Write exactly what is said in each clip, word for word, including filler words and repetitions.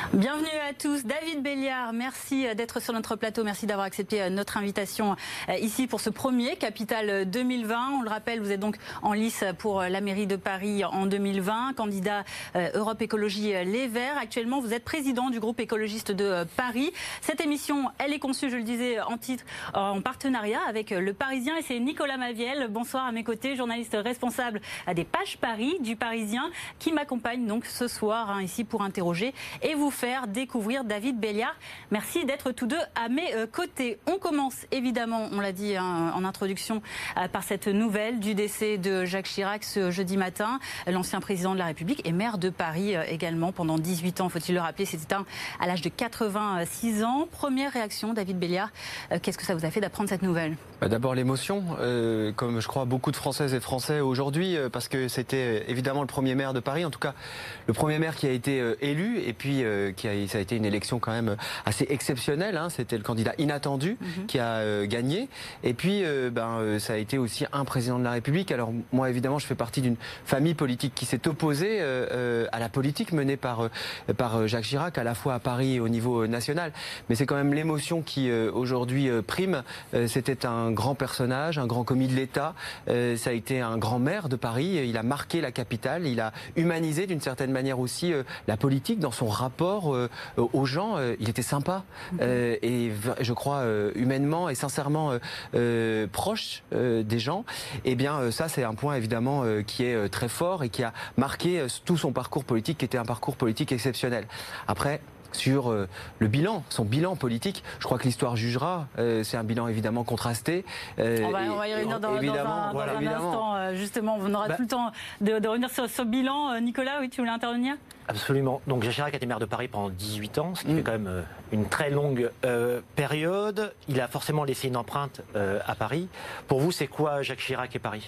Bienvenue à tous. David Béliard, merci d'être sur notre plateau. Merci d'avoir accepté notre invitation ici pour ce premier Capitale deux mille vingt. On le rappelle, vous êtes donc en lice pour la mairie de Paris en deux mille vingt, candidat Europe Écologie Les Verts. Actuellement, vous êtes président du groupe écologiste de Paris. Cette émission, elle est conçue, je le disais, en titre, en partenariat avec Le Parisien. Et c'est Nicolas Maviel, bonsoir à mes côtés, journaliste responsable des pages Paris du Parisien, qui m'accompagne donc ce soir hein, ici pour interroger et vous faire découvrir David Béliard. Merci d'être tous deux à mes côtés. On commence évidemment, on l'a dit hein, en introduction, par cette nouvelle du décès de Jacques Chirac ce jeudi matin, l'ancien président de la République et maire de Paris également pendant dix-huit ans, faut-il le rappeler, c'était éteint à l'âge de quatre-vingt-six ans. Première réaction, David Béliard, qu'est-ce que ça vous a fait d'apprendre cette nouvelle ? D'abord l'émotion, euh, comme je crois beaucoup de Françaises et Français aujourd'hui, euh, parce que c'était évidemment le premier maire de Paris, en tout cas le premier maire qui a été euh, élu, et puis euh, qui a, ça a été une élection quand même assez exceptionnelle, hein, c'était le candidat inattendu mm-hmm. qui a euh, gagné, et puis euh, ben, euh, ça a été aussi un président de la République. Alors moi évidemment je fais partie d'une famille politique qui s'est opposée euh, euh, à la politique menée par, euh, par Jacques Chirac, à la fois à Paris et au niveau national, mais c'est quand même l'émotion qui euh, aujourd'hui euh, prime. Euh, c'était un Un grand personnage, un grand commis de l'État, euh, ça a été un grand maire de Paris, il a marqué la capitale, il a humanisé d'une certaine manière aussi euh, la politique dans son rapport euh, aux gens, euh, il était sympa euh, et je crois euh, humainement et sincèrement euh, euh, proche euh, des gens. Et bien euh, ça c'est un point évidemment euh, qui est euh, très fort et qui a marqué euh, tout son parcours politique qui était un parcours politique exceptionnel. Après, sur euh, le bilan, son bilan politique, je crois que l'histoire jugera. Euh, c'est un bilan évidemment contrasté. Euh, on, va, on va y revenir dans, dans un, voilà, dans un instant. Euh, justement, on n'aura bah, plus le temps de, de revenir sur ce bilan. Euh, Nicolas, oui, tu voulais intervenir ? Absolument. Donc Jacques Chirac a été maire de Paris pendant dix-huit ans, ce qui mmh. fait quand même euh, une très longue euh, période. Il a forcément laissé une empreinte euh, à Paris. Pour vous, c'est quoi Jacques Chirac et Paris ?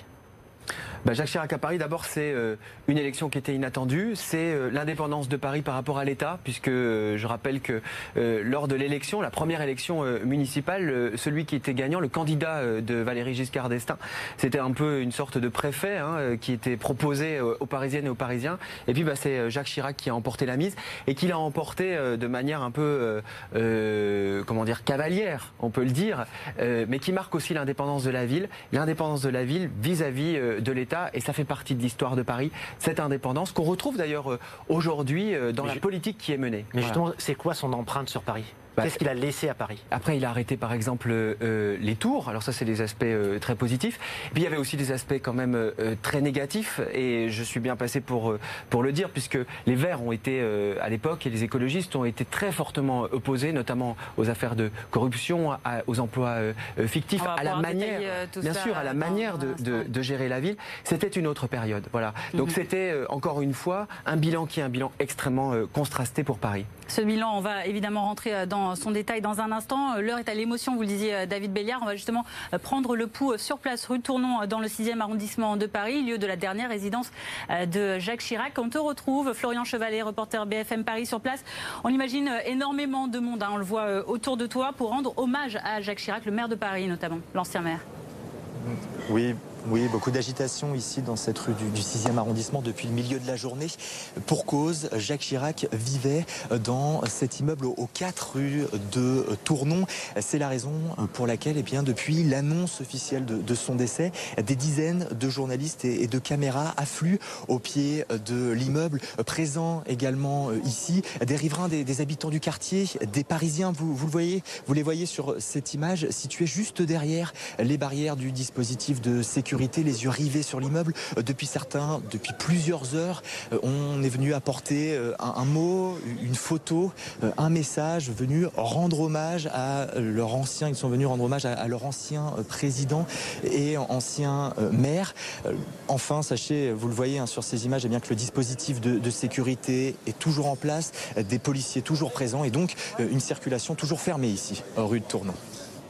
Bah Jacques Chirac à Paris, d'abord c'est euh, une élection qui était inattendue, c'est euh, l'indépendance de Paris par rapport à l'État, puisque euh, je rappelle que euh, lors de l'élection, la première élection euh, municipale, euh, celui qui était gagnant, le candidat euh, de Valéry Giscard d'Estaing, c'était un peu une sorte de préfet hein, euh, qui était proposé euh, aux Parisiennes et aux Parisiens, et puis bah, c'est Jacques Chirac qui a emporté la mise, et qui l'a emporté euh, de manière un peu, euh, euh, comment dire, cavalière, on peut le dire, euh, mais qui marque aussi l'indépendance de la ville, l'indépendance de la ville vis-à-vis euh, de l'État. Et ça fait partie de l'histoire de Paris, cette indépendance qu'on retrouve d'ailleurs aujourd'hui dans mais la je... politique qui est menée. Mais voilà. Justement, c'est quoi son empreinte sur Paris ? Qu'est-ce qu'il a laissé à Paris ? Après, il a arrêté par exemple euh, les tours. Alors ça, c'est des aspects euh, très positifs. Et puis il y avait aussi des aspects quand même euh, très négatifs. Et je suis bien placé pour, euh, pour le dire, puisque les Verts ont été, euh, à l'époque, et les écologistes ont été très fortement opposés, notamment aux affaires de corruption, à, aux emplois euh, fictifs, à la manière, euh, bien sûr, à la manière de, de, de gérer la ville. C'était une autre période. Voilà. Donc mm-hmm. c'était, euh, encore une fois, un bilan qui est un bilan extrêmement euh, contrasté pour Paris. Ce bilan, on va évidemment rentrer dans son détail dans un instant. L'heure est à l'émotion, vous le disiez David Béliard. On va justement prendre le pouls sur place rue Tournon dans le sixième arrondissement de Paris, lieu de la dernière résidence de Jacques Chirac. On te retrouve, Florian Chevalet, reporter B F M Paris sur place. On imagine énormément de monde, hein, on le voit autour de toi, pour rendre hommage à Jacques Chirac, le maire de Paris notamment, l'ancien maire. Oui. Oui, beaucoup d'agitation ici dans cette rue du, du sixième arrondissement depuis le milieu de la journée. Pour cause, Jacques Chirac vivait dans cet immeuble aux quatre rues de Tournon. C'est la raison pour laquelle, eh bien, depuis l'annonce officielle de, de son décès, des dizaines de journalistes et, et de caméras affluent au pied de l'immeuble. Présents également ici, des riverains, des, des habitants du quartier, des Parisiens. Vous, vous le voyez, vous les voyez sur cette image, située juste derrière les barrières du dispositif de sécurité. Les yeux rivés sur l'immeuble. Depuis certains, depuis plusieurs heures, on est venu apporter un, un mot, une photo, un message, venu rendre hommage à leur ancien, ils sont venus rendre hommage à, à leur ancien président et ancien maire. Enfin, sachez, vous le voyez hein, sur ces images, eh bien, que le dispositif de, de sécurité est toujours en place, des policiers toujours présents et donc une circulation toujours fermée ici, rue de Tournon.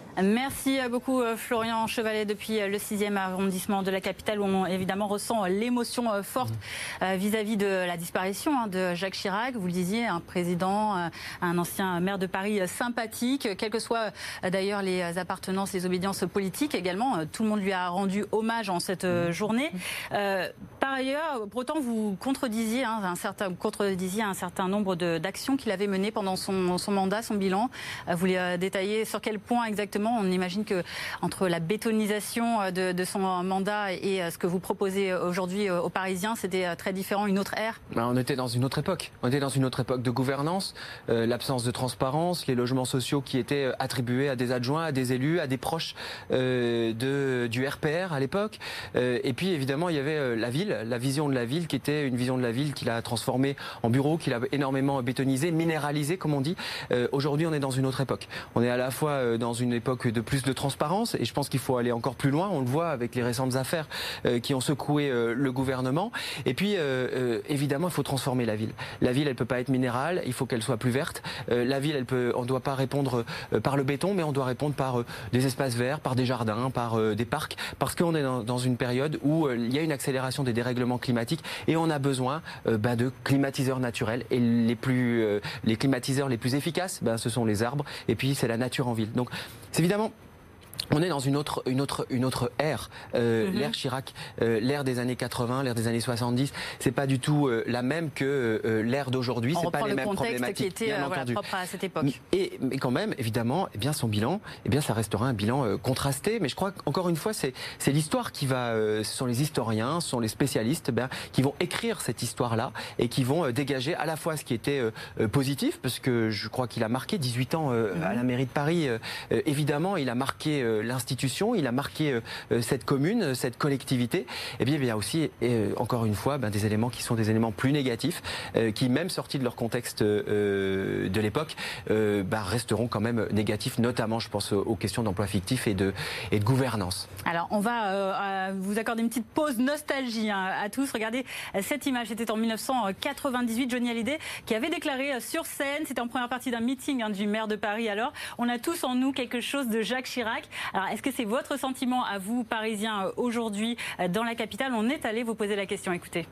Merci beaucoup Florian Chevalet depuis le sixième arrondissement de la capitale où on évidemment ressent l'émotion forte vis-à-vis de la disparition de Jacques Chirac. Vous le disiez, un président, un ancien maire de Paris sympathique, quelles que soient d'ailleurs les appartenances, les obédiences politiques également. Tout le monde lui a rendu hommage en cette journée. Euh, par ailleurs, pour autant, vous contredisiez, hein, un, certain, contredisiez un certain nombre d'actions qu'il avait menées pendant son, son mandat, son bilan. Vous les détaillez sur quel point exactement? On imagine que entre la bétonisation de, de son mandat et ce que vous proposez aujourd'hui aux Parisiens, c'était très différent, une autre ère. Ben, on était dans une autre époque. On était dans une autre époque de gouvernance, euh, l'absence de transparence, les logements sociaux qui étaient attribués à des adjoints, à des élus, à des proches euh, de, du R P R à l'époque. Euh, et puis évidemment, il y avait euh, la ville, la vision de la ville qui était une vision de la ville qu'il a transformée en bureau, qu'il a énormément bétonisé, minéralisé comme on dit. Euh, aujourd'hui, on est dans une autre époque. On est à la fois euh, dans une époque de plus de transparence et je pense qu'il faut aller encore plus loin. On le voit avec les récentes affaires euh, qui ont secoué euh, le gouvernement. Et puis euh, euh, évidemment, il faut transformer la ville. La ville, elle peut pas être minérale, il faut qu'elle soit plus verte. Euh, la ville, elle peut, on ne doit pas répondre euh, par le béton, mais on doit répondre par euh, des espaces verts, par des jardins, par euh, des parcs, parce qu'on est dans, dans une période où euh, il y a une accélération des dérèglements climatiques et on a besoin euh, bah, de climatiseurs naturels. Et les plus, euh, les climatiseurs les plus efficaces, bah, ce sont les arbres. Et puis c'est la nature en ville. Donc c'est évidemment. On est dans une autre, une autre, une autre ère, euh, mm-hmm. l'ère Chirac, euh, l'ère des années quatre-vingts, l'ère des années soixante-dix. C'est pas du tout euh, la même que euh, l'ère d'aujourd'hui. C'est pas les mêmes problématiques, qui était bien euh, entendu. Voilà, propre à cette époque. Et mais quand même, évidemment, eh bien son bilan, eh bien ça restera un bilan euh, contrasté. Mais je crois qu'encore une fois, c'est c'est l'histoire qui va. Euh, ce sont les historiens, ce sont les spécialistes, eh bien, qui vont écrire cette histoire-là et qui vont euh, dégager à la fois ce qui était euh, positif, parce que je crois qu'il a marqué dix-huit ans euh, mm-hmm. à la mairie de Paris. Euh, évidemment, il a marqué euh, l'institution, il a marqué euh, cette commune, cette collectivité. Et bien, il y a aussi, euh, encore une fois, ben, des éléments qui sont des éléments plus négatifs, euh, qui, même sortis de leur contexte euh, de l'époque, euh, ben, resteront quand même négatifs, notamment, je pense, aux questions d'emploi fictif et de, et de gouvernance. Alors, on va euh, vous accorder une petite pause nostalgie hein, à tous. Regardez cette image, c'était en mille neuf cent quatre-vingt-dix-huit, Johnny Hallyday qui avait déclaré sur scène, c'était en première partie d'un meeting hein, du maire de Paris alors, on a tous en nous quelque chose de Jacques Chirac. Alors, est-ce que c'est votre sentiment à vous, Parisiens, aujourd'hui, dans la capitale? On est allé vous poser la question, écoutez.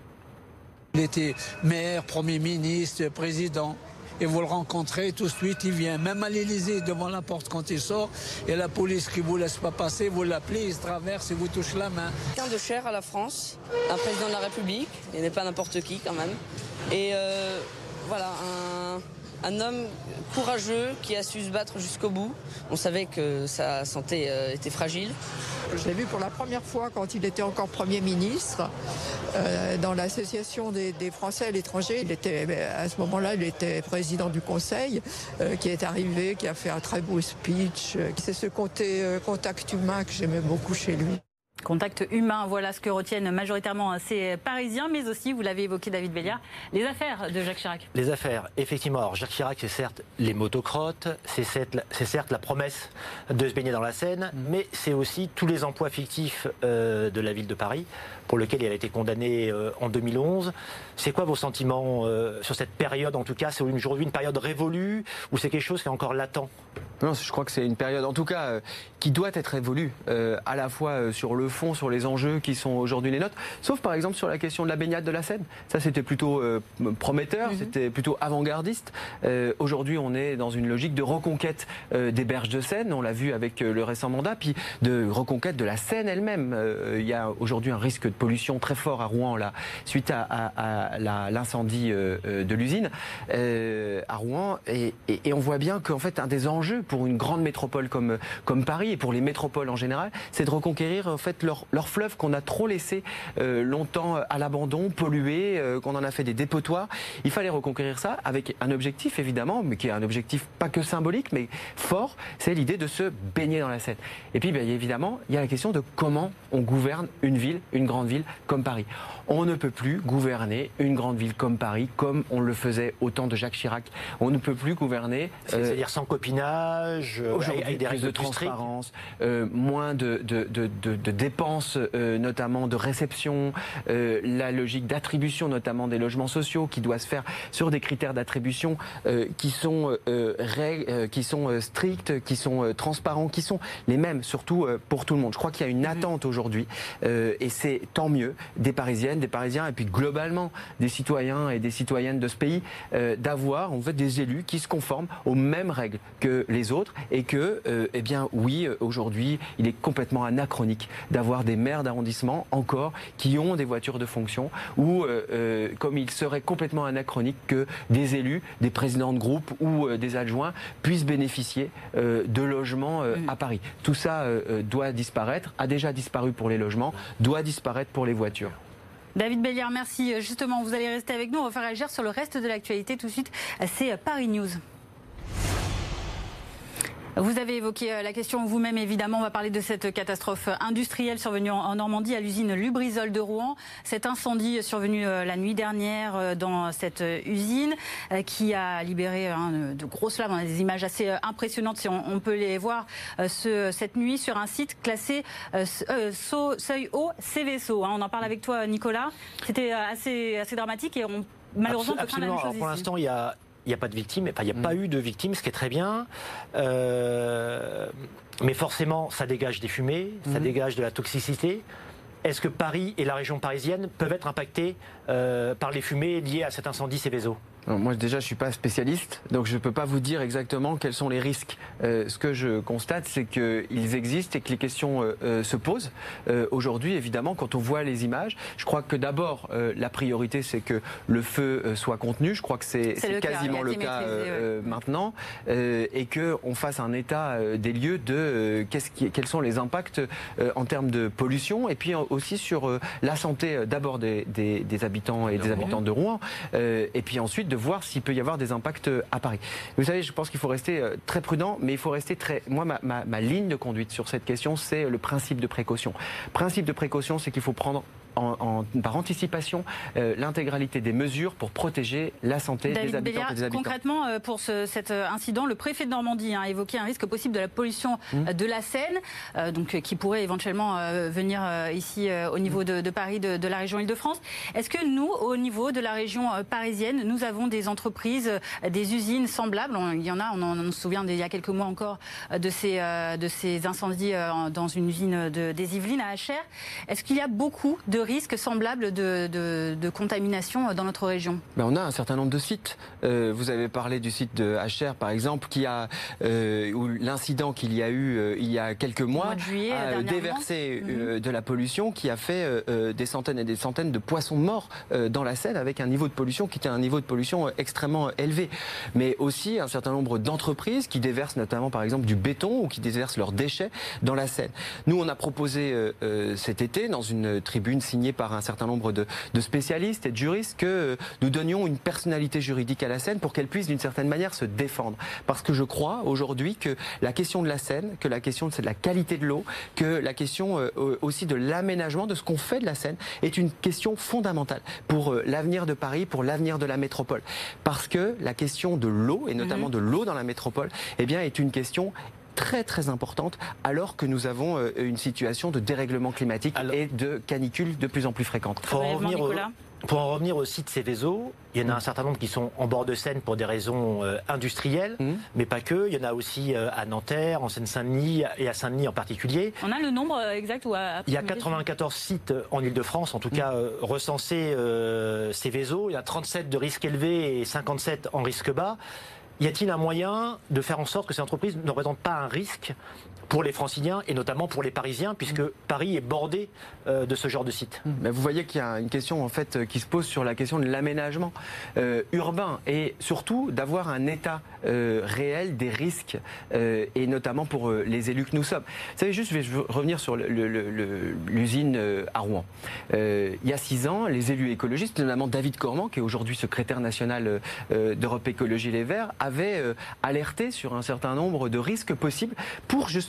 Il était maire, Premier ministre, président. Et vous le rencontrez, tout de suite, il vient. Même à l'Élysée, devant la porte quand il sort, et la police qui ne vous laisse pas passer, vous l'appelez, il se traverse et vous touche la main. Quelqu'un de cher à la France, un président de la République, il n'est pas n'importe qui quand même. Et euh, voilà, un... Un homme courageux qui a su se battre jusqu'au bout. On savait que sa santé était fragile. Je l'ai vu pour la première fois quand il était encore Premier ministre euh, dans l'association des, des Français à l'étranger. Il était, à ce moment-là, il était président du Conseil euh, qui est arrivé, qui a fait un très beau speech. C'est ce côté euh, contact humain que j'aimais beaucoup chez lui. Contact humain, voilà ce que retiennent majoritairement ces Parisiens, mais aussi, vous l'avez évoqué David Béliard, les affaires de Jacques Chirac. Les affaires, effectivement. Alors Jacques Chirac, c'est certes les motocrottes, c'est certes, certes la promesse de se baigner dans la Seine, mmh. mais c'est aussi tous les emplois fictifs euh, de la ville de Paris, pour lesquels il a été condamné euh, en deux mille onze. C'est quoi vos sentiments euh, sur cette période? En tout cas, c'est aujourd'hui une période révolue ou c'est quelque chose qui est encore latent? Non, je crois que c'est une période, en tout cas, euh, qui doit être révolue, euh, à la fois euh, sur le fond, sur les enjeux qui sont aujourd'hui les nôtres, sauf par exemple sur la question de la baignade de la Seine. Ça, c'était plutôt euh, prometteur, mmh. c'était plutôt avant-gardiste. Euh, aujourd'hui, on est dans une logique de reconquête euh, des berges de Seine, on l'a vu avec euh, le récent mandat, puis de reconquête de la Seine elle-même. Euh, il y a aujourd'hui un risque de pollution très fort à Rouen, là, suite à, à, à l'incendie euh, de l'usine euh, à Rouen, et, et, et on voit bien qu'en fait, un des enjeux pour une grande métropole comme, comme Paris et pour les métropoles en général, c'est de reconquérir en fait leur, leur fleuve qu'on a trop laissé euh, longtemps à l'abandon, pollué, euh, qu'on en a fait des dépotoirs. Il fallait reconquérir ça avec un objectif évidemment, mais qui est un objectif pas que symbolique, mais fort, c'est l'idée de se baigner dans la Seine. Et puis bien évidemment, il y a la question de comment on gouverne une ville, une grande ville comme Paris. On ne peut plus gouverner une grande ville comme Paris, comme on le faisait au temps de Jacques Chirac. On ne peut plus gouverner... Euh, C'est-à-dire sans copinage, aujourd'hui, avec des règles de transparence, euh, moins de, de, de, de, de, dépenses, euh, notamment de réception, euh, la logique d'attribution, notamment des logements sociaux, qui doit se faire sur des critères d'attribution euh, qui sont, euh, règles, euh, qui sont euh, stricts, qui sont euh, transparents, qui sont les mêmes, surtout euh, pour tout le monde. Je crois qu'il y a une attente aujourd'hui, euh, et c'est tant mieux, des Parisiennes, des Parisiens, et puis globalement des citoyens et des citoyennes de ce pays, euh, d'avoir en fait des élus qui se conforment aux mêmes règles que les autres, et que, euh, eh bien, oui, aujourd'hui, il est complètement anachronique d'avoir des maires d'arrondissement encore qui ont des voitures de fonction, ou euh, euh, comme il serait complètement anachronique que des élus, des présidents de groupe ou euh, des adjoints puissent bénéficier euh, de logements euh, à Paris. Tout ça euh, doit disparaître, a déjà disparu pour les logements, doit disparaître pour les voitures. David Belliard, merci. Justement, vous allez rester avec nous. On va faire réagir sur le reste de l'actualité tout de suite. C'est Paris News. Vous avez évoqué la question vous-même, évidemment. On va parler de cette catastrophe industrielle survenue en Normandie à l'usine Lubrizol de Rouen. Cet incendie survenu la nuit dernière dans cette usine qui a libéré de grosses flammes. On a des images assez impressionnantes, si on peut les voir, ce, cette nuit sur un site classé seuil haut Céveso. On en parle avec toi, Nicolas. C'était assez, assez dramatique et on, malheureusement, on peut craindre la même chose. Alors, pour l'instant, il y a... Il n'y a pas de victimes, enfin, il n'y a mmh. pas eu de victimes, ce qui est très bien. Euh, mais forcément, ça dégage des fumées, mmh. ça dégage de la toxicité. Est-ce que Paris et la région parisienne peuvent être impactés euh, par les fumées liées à cet incendie Céveso ? Alors moi déjà je suis pas spécialiste, donc je peux pas vous dire exactement quels sont les risques. Euh, ce que je constate, c'est qu'ils existent et que les questions euh, se posent. Euh, aujourd'hui, évidemment, quand on voit les images, je crois que d'abord euh, la priorité c'est que le feu euh, soit contenu. Je crois que c'est quasiment le cas euh, ouais. maintenant, euh, et que on fasse un état euh, des lieux de euh, qu'est-ce qui, quels sont les impacts euh, en termes de pollution, et puis aussi sur euh, la santé euh, d'abord des, des, des habitants et des habitants de Rouen, euh, et puis ensuite de voir s'il peut y avoir des impacts à Paris. Vous savez, je pense qu'il faut rester très prudent, mais il faut rester très... Moi, ma, ma, ma ligne de conduite sur cette question, c'est le principe de précaution. Principe de précaution, c'est qu'il faut prendre En, en, par anticipation euh, l'intégralité des mesures pour protéger la santé David des habitants Belliard, et des habitants. Concrètement, euh, pour ce, cet incident, le préfet de Normandie a évoqué un risque possible de la pollution mmh. de la Seine, euh, donc, qui pourrait éventuellement euh, venir euh, ici euh, au niveau de, de Paris, de, de la région Île-de-France. Est-ce que nous, au niveau de la région euh, parisienne, nous avons des entreprises, euh, des usines semblables? On, il y en a, on, en, on se souvient il y a quelques mois encore euh, de, ces, euh, de ces incendies euh, dans une usine de, des Yvelines à Achères. Est-ce qu'il y a beaucoup de risques semblables de, de, de contamination dans notre région? Ben on a un certain nombre de sites. Euh, vous avez parlé du site de Achères, par exemple, qui a euh, où l'incident qu'il y a eu euh, il y a quelques mois, mois de juillet, a déversé euh, mmh. de la pollution qui a fait euh, des centaines et des centaines de poissons morts euh, dans la Seine, avec un niveau de pollution qui était un niveau de pollution extrêmement élevé. Mais aussi un certain nombre d'entreprises qui déversent notamment, par exemple, du béton ou qui déversent leurs déchets dans la Seine. Nous, on a proposé euh, euh, cet été, dans une tribune signée par un certain nombre de, de spécialistes et de juristes, que euh, nous donnions une personnalité juridique à la Seine pour qu'elle puisse d'une certaine manière se défendre. Parce que je crois aujourd'hui que la question de la Seine, que la question de la qualité de l'eau, que la question euh, aussi de l'aménagement, de ce qu'on fait de la Seine, est une question fondamentale pour euh, l'avenir de Paris, pour l'avenir de la métropole. Parce que la question de l'eau, et notamment mmh. de l'eau dans la métropole, eh bien, est une question très très importante, alors que nous avons euh, une situation de dérèglement climatique alors, et de canicules de plus en plus fréquentes. Pour en revenir au, pour en revenir au site Céveso, il y en a mmh. un certain nombre qui sont en bord de Seine pour des raisons euh, industrielles, mmh. mais pas que. Il y en a aussi euh, à Nanterre, en Seine-Saint-Denis et à Saint-Denis en particulier. On a le nombre exact ou à... Il y a quatre-vingt-quatorze sites en Ile-de-France, en tout mmh. cas euh, recensés euh, Céveso. Il y a trente-sept de risque élevé et cinquante-sept en risque bas. Y a-t-il un moyen de faire en sorte que ces entreprises ne représentent pas un risque pour les Franciliens et notamment pour les Parisiens, puisque Paris est bordé euh, de ce genre de site? Mais vous voyez qu'il y a une question en fait qui se pose sur la question de l'aménagement euh, urbain et surtout d'avoir un état euh, réel des risques euh, et notamment pour euh, les élus que nous sommes. Vous savez, juste, je vais revenir sur l'usine euh, à Rouen. Euh, il y a six ans, les élus écologistes, notamment David Cormand, qui est aujourd'hui secrétaire national euh, d'Europe Écologie Les Verts, avaient euh, alerté sur un certain nombre de risques possibles pour justement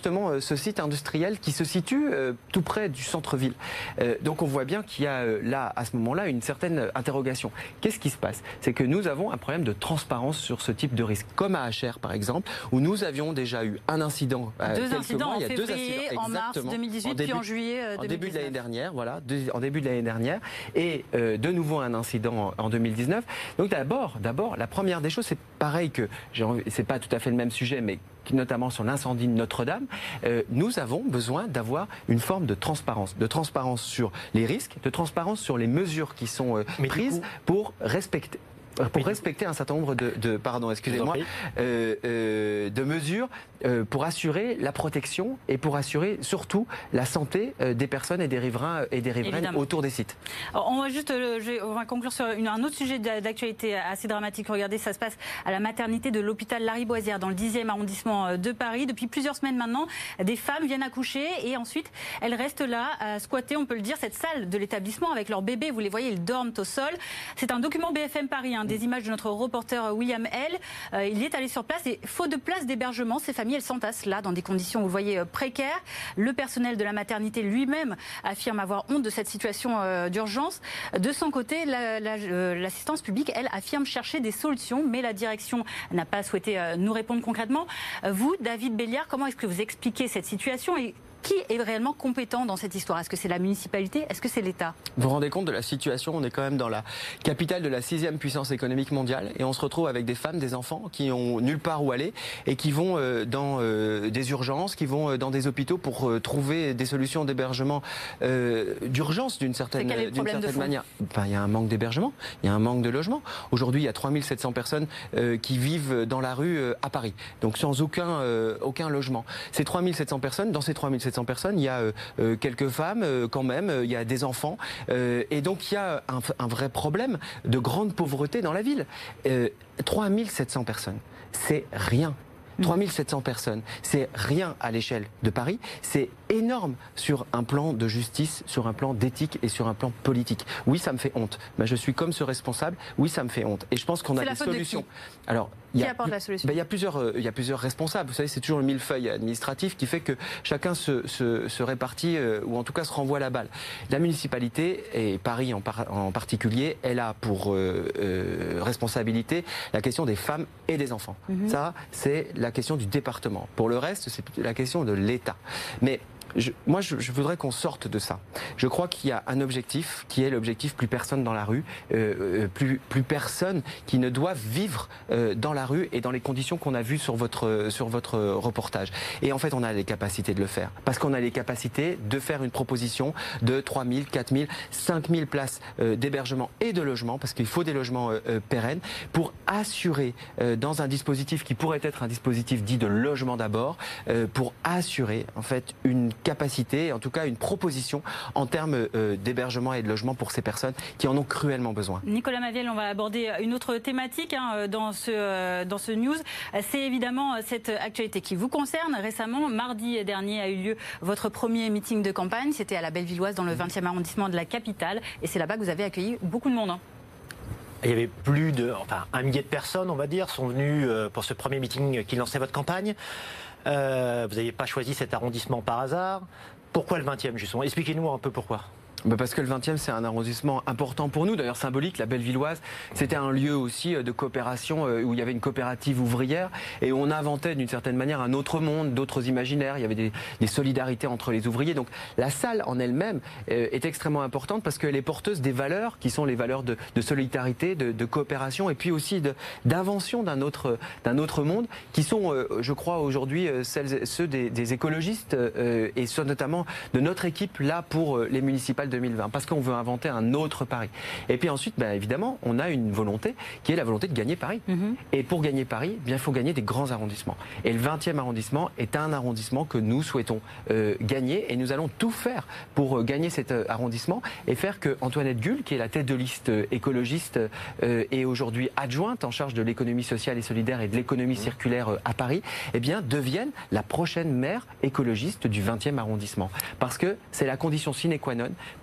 justement euh, ce site industriel qui se situe euh, tout près du centre-ville. Euh, donc on voit bien qu'il y a euh, là, à ce moment-là, une certaine interrogation. Qu'est-ce qui se passe? C'est que nous avons un problème de transparence sur ce type de risque, comme à H R par exemple, où nous avions déjà eu un incident. Euh, deux incidents mois, en il y a février, deux incidents, en mars deux mille dix-huit, en début, puis en juillet euh, deux mille dix-neuf. En début de l'année dernière, voilà, de, en début de l'année dernière, et euh, de nouveau un incident en, en deux mille dix-neuf. Donc d'abord, d'abord, la première des choses, c'est pareil que, c'est pas tout à fait le même sujet, mais notamment sur l'incendie de Notre-Dame, euh, nous avons besoin d'avoir une forme de transparence, de transparence sur les risques, de transparence sur les mesures qui sont euh, prises coup, pour respecter. Pour respecter un certain nombre de, de pardon, excusez-moi, euh, euh, de mesures euh, pour assurer la protection et pour assurer surtout la santé euh, des personnes et des riverains et des riveraines Évidemment. autour des sites. Alors, on va juste, euh, je vais, on va conclure sur une, un autre sujet d'actualité assez dramatique. Regardez, ça se passe à la maternité de l'hôpital Lariboisière dans le dixième arrondissement de Paris. Depuis plusieurs semaines maintenant, des femmes viennent accoucher et ensuite elles restent là à squatter, on peut le dire, cette salle de l'établissement avec leurs bébés. Vous les voyez, ils dorment au sol. C'est un document B F M Paris. Hein, des images de notre reporter William L. Euh, il est allé sur place et faute de place d'hébergement, ces familles elles s'entassent là dans des conditions, vous le voyez, précaires. Le personnel de la maternité lui-même affirme avoir honte de cette situation euh, d'urgence. De son côté, la, la, euh, l'assistance publique, elle, affirme chercher des solutions, mais la direction n'a pas souhaité euh, nous répondre concrètement. Euh, vous, David Béliard, comment est-ce que vous expliquez cette situation et qui est réellement compétent dans cette histoire? Est-ce que c'est la municipalité? Est-ce que c'est l'État? Vous vous rendez compte de la situation? On est quand même dans la capitale de la sixième puissance économique mondiale et on se retrouve avec des femmes, des enfants qui ont nulle part où aller et qui vont euh, dans euh, des urgences, qui vont euh, dans des hôpitaux pour euh, trouver des solutions d'hébergement euh, d'urgence d'une certaine, d'une certaine manière. Enfin, il y a un manque d'hébergement, il y a un manque de logement. Aujourd'hui, il y a trois mille sept cents personnes euh, qui vivent dans la rue euh, à Paris, donc sans aucun, euh, aucun logement. Ces trois mille sept cents personnes, dans ces trois mille sept cents personnes, il y a euh, quelques femmes euh, quand même, euh, il y a des enfants euh, et donc il y a un, un vrai problème de grande pauvreté dans la ville. Euh, trois mille sept cents personnes, c'est rien. trois mille sept cents personnes, c'est rien à l'échelle de Paris, c'est énorme sur un plan de justice, sur un plan d'éthique et sur un plan politique. Oui, ça me fait honte. Ben, je suis comme ce responsable, oui, ça me fait honte. Et je pense qu'on a des solutions. Alors, il y a, apporte la solution? Ben, il y a plusieurs, euh, il y a plusieurs responsables. Vous savez, c'est toujours le millefeuille administratif qui fait que chacun se, se, se répartit, euh, ou en tout cas se renvoie la balle. La municipalité, et Paris en, par, en particulier, elle a pour euh, euh, responsabilité la question des femmes et des enfants. Mm-hmm. Ça, c'est la question du département. Pour le reste, c'est la question de l'État. Mais Je, moi, je, je voudrais qu'on sorte de ça. Je crois qu'il y a un objectif qui est l'objectif plus personne dans la rue, euh, plus, plus personne qui ne doit vivre euh, dans la rue et dans les conditions qu'on a vues sur votre, sur votre reportage. Et en fait, on a les capacités de le faire. Parce qu'on a les capacités de faire une proposition de trois mille, quatre mille, cinq mille places euh, d'hébergement et de logement, parce qu'il faut des logements euh, euh, pérennes, pour assurer, euh, dans un dispositif qui pourrait être un dispositif dit de logement d'abord, euh, pour assurer en fait une capacité, en tout cas une proposition en termes euh, d'hébergement et de logement pour ces personnes qui en ont cruellement besoin. Nicolas Maviel, on va aborder une autre thématique hein, dans, ce, euh, dans ce news. C'est évidemment cette actualité qui vous concerne. Récemment, mardi dernier, a eu lieu votre premier meeting de campagne. C'était à la Bellevilloise, dans le vingtième arrondissement de la capitale. Et c'est là-bas que vous avez accueilli beaucoup de monde. Hein. Il y avait plus de, enfin, un millier de personnes, on va dire, sont venues pour ce premier meeting qui lançait votre campagne. Euh, vous n'avez pas choisi cet arrondissement par hasard. Pourquoi le vingtième, justement? Expliquez-nous un peu pourquoi. Bah parce que le vingtième, c'est un arrondissement important pour nous, d'ailleurs symbolique. La Bellevilloise, c'était un lieu aussi de coopération où il y avait une coopérative ouvrière et où on inventait d'une certaine manière un autre monde, d'autres imaginaires. Il y avait des, des solidarités entre les ouvriers. Donc la salle en elle-même est extrêmement importante parce qu'elle est porteuse des valeurs qui sont les valeurs de, de solidarité, de, de coopération et puis aussi d'invention d'un autre, d'un autre monde qui sont, je crois, aujourd'hui celles, ceux des, des écologistes et ceux notamment de notre équipe là pour les municipales deux mille vingt, parce qu'on veut inventer un autre Paris. Et puis ensuite, ben évidemment, on a une volonté qui est la volonté de gagner Paris. Mm-hmm. Et pour gagner Paris, bien, il faut gagner des grands arrondissements. Et le vingtième arrondissement est un arrondissement que nous souhaitons euh, gagner et nous allons tout faire pour euh, gagner cet euh, arrondissement et faire que Antoinette Guhl, qui est la tête de liste euh, écologiste euh, et aujourd'hui adjointe en charge de l'économie sociale et solidaire et de l'économie mmh. circulaire euh, à Paris, eh bien, devienne la prochaine maire écologiste du vingtième arrondissement. Parce que c'est la condition sine qua non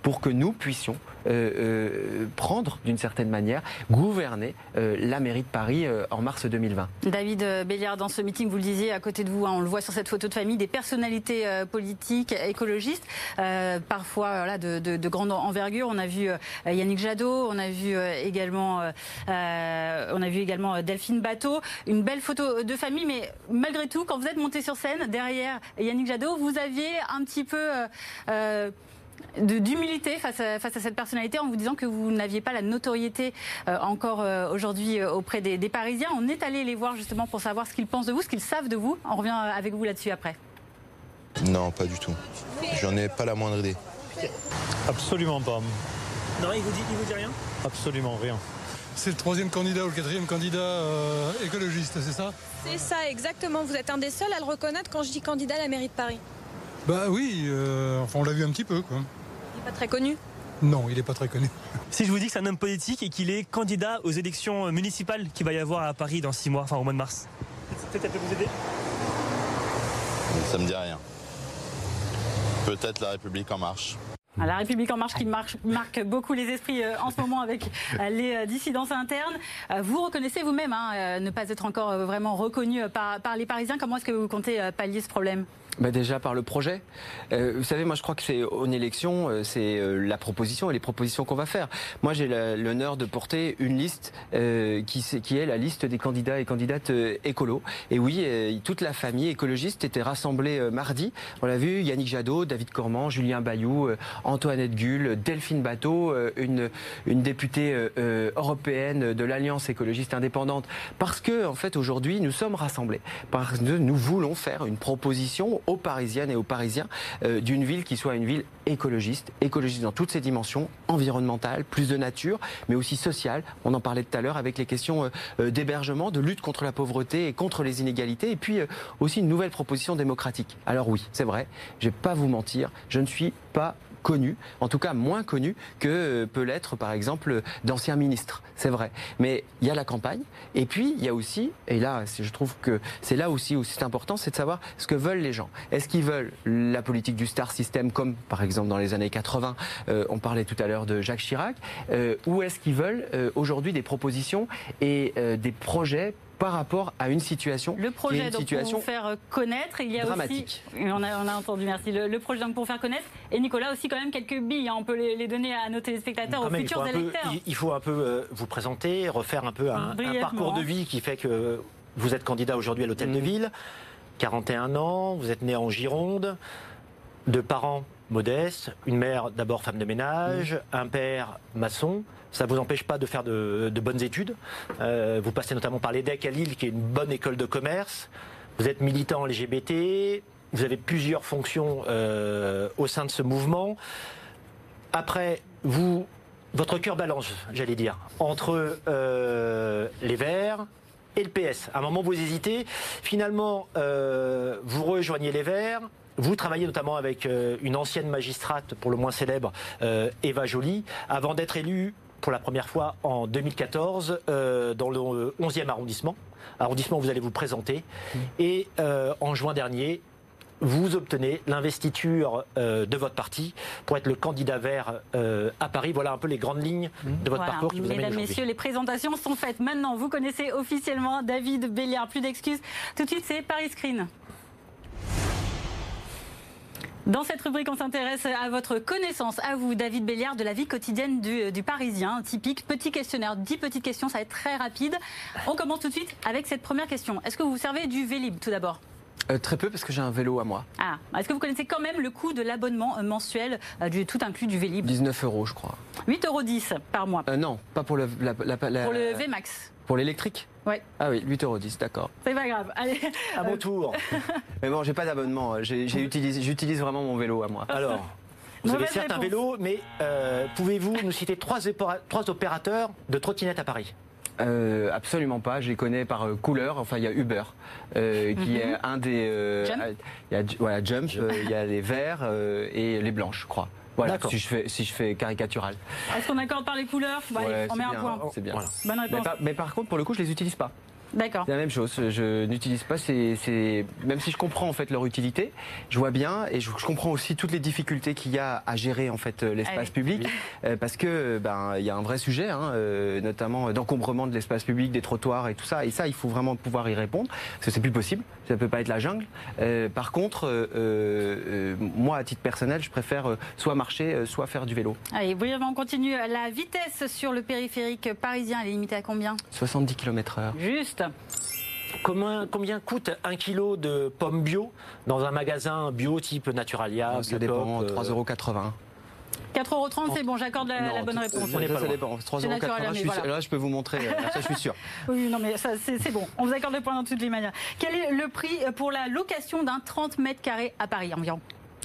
pour que nous puissions euh, euh, prendre d'une certaine manière, gouverner euh, la mairie de Paris euh, en mars deux mille vingt. David Béliard, dans ce meeting, vous le disiez, à côté de vous, hein, on le voit sur cette photo de famille, des personnalités euh, politiques, écologistes, euh, parfois voilà, de, de, de grande envergure. On a vu euh, Yannick Jadot, on a vu euh, également, euh, on a vu également Delphine Batho. Une belle photo de famille, mais malgré tout, quand vous êtes monté sur scène, derrière Yannick Jadot, vous aviez un petit peu euh, euh, d'humilité face à, face à cette personnalité, en vous disant que vous n'aviez pas la notoriété euh, encore euh, aujourd'hui euh, auprès des, des Parisiens. On est allé les voir justement pour savoir ce qu'ils pensent de vous, ce qu'ils savent de vous. On revient avec vous là-dessus après. Non, pas du tout. J'en ai pas la moindre idée. Absolument pas. Non, il vous dit, il vous dit rien? Absolument rien. C'est le troisième candidat ou le quatrième candidat euh, écologiste, c'est ça? C'est ça, exactement. Vous êtes un des seuls à le reconnaître quand je dis candidat à la mairie de Paris. Bah oui, euh, enfin on l'a vu un petit peu quoi. Il n'est pas très connu? Non, il n'est pas très connu. Si je vous dis que c'est un homme politique et qu'il est candidat aux élections municipales qu'il va y avoir à Paris dans six mois, enfin au mois de mars. Peut-être elle peut vous aider? Ça me dit rien. Peut-être La République En Marche. La République En Marche qui marche, marque beaucoup les esprits euh, en ce moment avec euh, les euh, dissidences internes. Euh, vous reconnaissez vous-même hein, euh, ne pas être encore euh, vraiment reconnu euh, par, par les Parisiens. Comment est-ce que vous comptez euh, pallier ce problème? Bah déjà par le projet. Euh, vous savez, moi je crois que c'est une élection, euh, c'est euh, la proposition et les propositions qu'on va faire. Moi j'ai l'honneur de porter une liste euh, qui, qui est la liste des candidats et candidates euh, écolos. Et oui, euh, toute la famille écologiste était rassemblée euh, mardi. On l'a vu, Yannick Jadot, David Cormand, Julien Bayou, euh, Antoinette Gull, Delphine Batho, euh, une, une députée euh, européenne de l'Alliance écologiste indépendante. Parce que en fait aujourd'hui nous sommes rassemblés. Parce que nous voulons faire une proposition aux Parisiennes et aux Parisiens euh, d'une ville qui soit une ville écologiste, écologiste dans toutes ses dimensions, environnementale, plus de nature, mais aussi sociale. On en parlait tout à l'heure avec les questions euh, d'hébergement, de lutte contre la pauvreté et contre les inégalités, et puis euh, aussi une nouvelle proposition démocratique. Alors oui, c'est vrai, je vais pas vous mentir, je ne suis pas connu, en tout cas moins connu que peut l'être par exemple d'anciens ministres, c'est vrai. Mais il y a la campagne, et puis il y a aussi, et là je trouve que c'est là aussi où c'est important, c'est de savoir ce que veulent les gens. Est-ce qu'ils veulent la politique du star system comme par exemple dans les années quatre-vingts, euh, on parlait tout à l'heure de Jacques Chirac, euh, ou est-ce qu'ils veulent euh, aujourd'hui des propositions et euh, des projets par rapport à une situation le projet qui est une donc situation pour vous faire connaître, il y a dramatique. Aussi on a, on a entendu, merci, le, le projet donc pour faire connaître, et Nicolas aussi quand même quelques billes, hein, on peut les, les donner à nos téléspectateurs, Quand aux même, futurs il faut électeurs. Peu, il faut un peu euh, vous présenter, refaire un peu un, un parcours de vie qui fait que vous êtes candidat aujourd'hui à l'Hôtel mmh. de Ville, quarante et un ans, vous êtes né en Gironde, de parents modestes, une mère d'abord femme de ménage, mmh. un père maçon. Ça ne vous empêche pas de faire de, de bonnes études. Euh, vous passez notamment par l'E D E C à Lille, qui est une bonne école de commerce. Vous êtes militant L G B T. Vous avez plusieurs fonctions euh, au sein de ce mouvement. Après, vous, votre cœur balance, j'allais dire, entre euh, les Verts et le P S. À un moment, vous hésitez. Finalement, euh, vous rejoignez les Verts. Vous travaillez notamment avec euh, une ancienne magistrate, pour le moins célèbre, euh, Eva Joly, avant d'être élue pour la première fois en deux mille quatorze euh, dans le onzième arrondissement. Arrondissement où vous allez vous présenter. Mmh. Et euh, en juin dernier, vous obtenez l'investiture euh, de votre parti pour être le candidat vert euh, à Paris. Voilà un peu les grandes lignes de votre voilà. parcours qui vous amène Mesdames, aujourd'hui. messieurs, les présentations sont faites. Maintenant, vous connaissez officiellement David Béliard. Plus d'excuses. Tout de suite, c'est Paris Screen. Dans cette rubrique, on s'intéresse à votre connaissance, à vous, David Béliard, de la vie quotidienne du, du Parisien. Typique, petit questionnaire, dix petites questions, ça va être très rapide. On commence tout de suite avec cette première question. Est-ce que vous vous servez du Vélib, tout d'abord ? Euh, très peu, parce que j'ai un vélo à moi. Ah, est-ce que vous connaissez quand même le coût de l'abonnement mensuel euh, du tout inclus du Vélib ? dix-neuf euros, je crois. huit euros dix par mois. Euh, non, pas pour le... La, la, la, pour le V MAX. Pour l'électrique ? Ouais. Ah oui, huit euros dix, d'accord. C'est pas grave. Allez. À mon tour. Mais bon, j'ai pas d'abonnement. J'utilise vraiment mon vélo à moi. Alors, vous Mauvaise avez certes réponse. un vélo, mais euh, pouvez-vous nous citer trois, trois opérateurs de trottinettes à Paris ? Euh, absolument pas, je les connais par euh, couleur. Enfin, il y a Uber, euh, qui Mm-hmm. est un des... Euh, Jump. Il y a voilà, Jump, euh, il y a les verts euh, et les blanches, je crois. Voilà, si je fais, si je fais caricatural. Est-ce qu'on accorde par les couleurs ? Bon, allez, Ouais, on met bien, un point. C'est bien. Voilà. Bonne réponse. Mais par, mais par contre, pour le coup, je les utilise pas. D'accord. C'est la même chose. Je n'utilise pas ces, ces... Même si je comprends en fait leur utilité, je vois bien et je, je comprends aussi toutes les difficultés qu'il y a à gérer en fait l'espace Allez. public, Oui. euh, parce que ben il y a un vrai sujet, hein, euh, notamment d'encombrement de l'espace public, des trottoirs et tout ça. Et ça, il faut vraiment pouvoir y répondre, parce que c'est plus possible. Ça peut pas être la jungle. Euh, par contre, euh, euh, moi, à titre personnel, je préfère euh, soit marcher, euh, soit faire du vélo. Allez, brièvement, on continue. La vitesse sur le périphérique parisien, elle est limitée à combien? soixante-dix kilomètres heure. Juste. Combien, combien coûte un kilo de pommes bio dans un magasin bio type Naturalia? Ça dépend, trois euros quatre-vingts. quatre euros trente, c'est bon, j'accorde la, Non, la bonne réponse. Ça, ça dépend. trois euros quatre-vingts, voilà. Là, je peux vous montrer. Ça, je suis sûr. Oui, non, mais ça, c'est bon. On vous accorde le point dans toutes les manières. Quel est le prix pour la location d'un trente mètres carrés à Paris environ?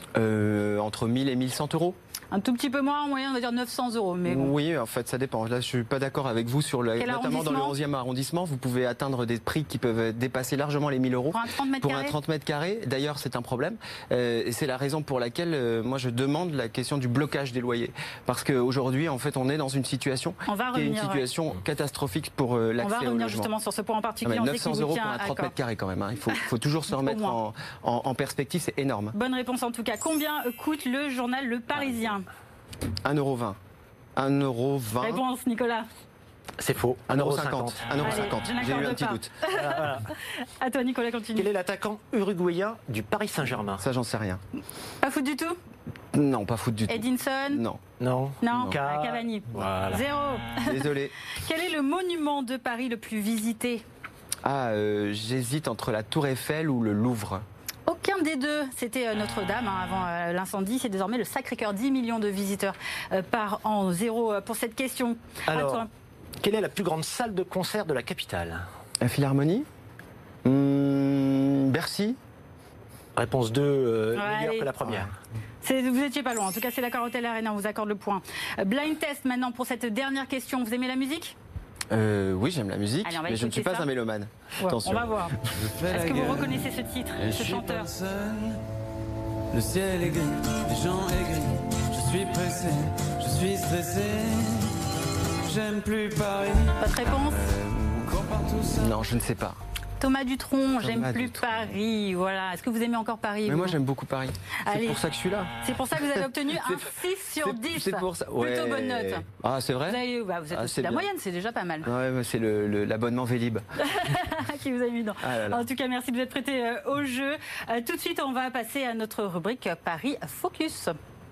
euh, Entre mille et mille cent euros. Un tout petit peu moins, en moyenne, on va dire neuf cents euros. Mais bon. Oui, en fait, ça dépend. Là, je suis pas d'accord avec vous sur le, notamment dans le onzième arrondissement. Vous pouvez atteindre des prix qui peuvent dépasser largement les mille euros. Pour un trente mètres pour carrés. un trente mètres carrés. D'ailleurs, c'est un problème. Euh, et c'est la raison pour laquelle euh, moi je demande la question du blocage des loyers. Parce qu'aujourd'hui, en fait, on est dans une situation on va qui est une revenir, situation ouais. catastrophique pour euh, l'accès au logement. On va revenir justement sur ce point en particulier. Ah, on neuf cents euros pour un trente mètres carrés quand même. Hein. Il faut, faut toujours se remettre en, en, en perspective. C'est énorme. Bonne réponse en tout cas. Combien coûte le journal Le Parisien? un euro vingt. un euro vingt. Réponse, Nicolas. C'est faux. un euro cinquante. un euro cinquante. J'ai eu un petit pas. doute. Voilà, voilà. À toi, Nicolas, continue. Quel est l'attaquant uruguayen du Paris Saint-Germain? Ça, j'en sais rien. Pas foot du tout? Non, pas foot du tout. Edinson? Non. Non. Non, non. Ah, Cavani. Voilà. Zéro. Désolé. Quel est le monument de Paris le plus visité? Ah, euh, j'hésite entre la Tour Eiffel ou le Louvre. Aucun des deux. C'était euh, Notre-Dame hein, avant euh, l'incendie. C'est désormais le Sacré-Cœur. dix millions de visiteurs euh, par an. Zéro euh, pour cette question. Alors, à toi. quelle est la plus grande salle de concert de la capitale? La Philharmonie. Mmh, Bercy. Réponse deux, euh, Ouais, meilleure allez. que la première. C'est- Vous étiez pas loin. En tout cas, c'est la Carotel Arena. On vous accorde le point. Euh, Blind test maintenant pour cette dernière question. Vous aimez la musique? Euh, oui, j'aime la musique, Allez, on va mais je ne suis écouter pas ça. un mélomane. Ouais, Attention. on va voir. Est-ce que vous reconnaissez ce titre, Et ce je chanteur? suis personne. Le ciel est gris, les gens aigris. Je suis pressé, je suis stressé. J'aime plus Paris. Votre réponse? Encore partout ça. Non, je ne sais pas. Thomas Dutronc, j'aime Thomas plus Dutronc. Paris. Voilà. Est-ce que vous aimez encore Paris? Mais vous moi, j'aime beaucoup Paris. C'est Allez. pour ça que je suis là. C'est pour ça que vous avez obtenu un six sur C'est- dix. C'est pour ça. Plutôt Ouais. bonne note. Ah, c'est vrai? Vous, avez, bah, vous êtes Ah, au-dessus c'est de la bien. moyenne, c'est déjà pas mal. Ouais, mais c'est le- le- l'abonnement Vélib. Qui vous a mis dans. Ah là là. En tout cas, merci de vous être prêté euh, au jeu. Euh, tout de suite, on va passer à notre rubrique Paris Focus.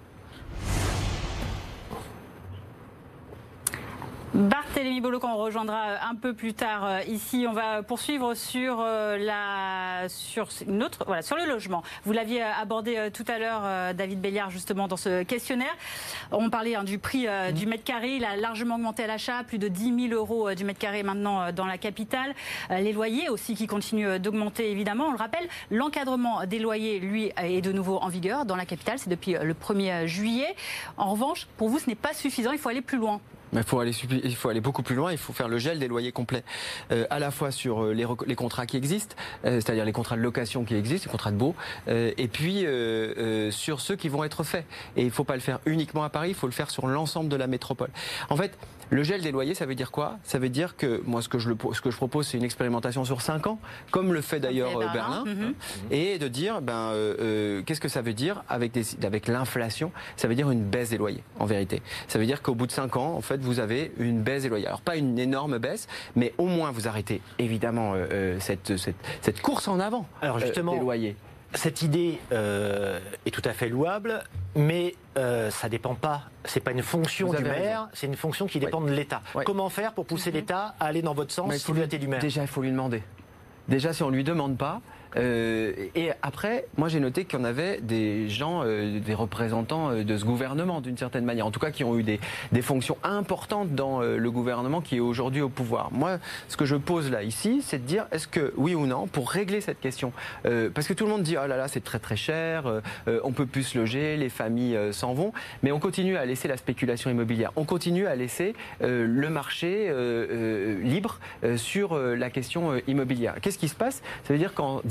Barthélémy Bolo, qu'on rejoindra un peu plus tard euh, ici. On va poursuivre sur euh, la sur une autre voilà sur le logement. Vous l'aviez euh, abordé euh, tout à l'heure, euh, David Béliard, justement dans ce questionnaire. On parlait hein, du prix euh, du mètre carré. Il a largement augmenté à l'achat, plus de dix mille euros euh, du mètre carré maintenant euh, dans la capitale. Euh, les loyers aussi qui continuent euh, d'augmenter évidemment. On le rappelle, l'encadrement des loyers, lui, est de nouveau en vigueur dans la capitale. C'est depuis euh, le premier juillet. En revanche, pour vous, ce n'est pas suffisant. Il faut aller plus loin. Mais il faut aller, il faut aller beaucoup plus loin, il faut faire le gel des loyers complets, euh, à la fois sur euh, les, les contrats qui existent, euh, c'est-à-dire les contrats de location qui existent, les contrats de baux, euh, et puis euh, euh, sur ceux qui vont être faits. Et il ne faut pas le faire uniquement à Paris, il faut le faire sur l'ensemble de la métropole. En fait, le gel des loyers, ça veut dire quoi? Ça veut dire que moi, ce que je, le, ce que je propose, c'est une expérimentation sur cinq ans, comme le fait d'ailleurs Berlin. Berlin, Mm-hmm. et de dire, ben, euh, euh, qu'est-ce que ça veut dire avec, des, avec l'inflation? Ça veut dire une baisse des loyers, en vérité. Ça veut dire qu'au bout de cinq ans, en fait, vous avez une baisse des loyers. Alors pas une énorme baisse, mais au moins vous arrêtez évidemment euh, cette, cette, cette course en avant. Alors justement, euh, des loyers. Cette idée euh, est tout à fait louable, mais euh, ça ne dépend pas. C'est pas une fonction Vous du avez maire, raison. c'est une fonction qui dépend Ouais. de l'État. Ouais. Comment faire pour pousser l'État à aller dans votre sens Mais il sous faut le lui- thé du maire? Déjà, il faut lui demander. Déjà, si on ne lui demande pas. Euh, et après, moi j'ai noté qu'il y en avait des gens, euh, des représentants euh, de ce gouvernement d'une certaine manière, en tout cas qui ont eu des, des fonctions importantes dans euh, le gouvernement qui est aujourd'hui au pouvoir. Moi, ce que je pose là ici, c'est de dire est-ce que oui ou non, pour régler cette question, euh, parce que tout le monde dit oh là là c'est très très cher, euh, euh, on peut plus se loger, les familles euh, s'en vont, mais on continue à laisser la spéculation immobilière, on continue à laisser euh, le marché euh, euh, libre euh, sur euh, la question euh, immobilière. Qu'est-ce qui se passe? Ça veut dire qu'en dix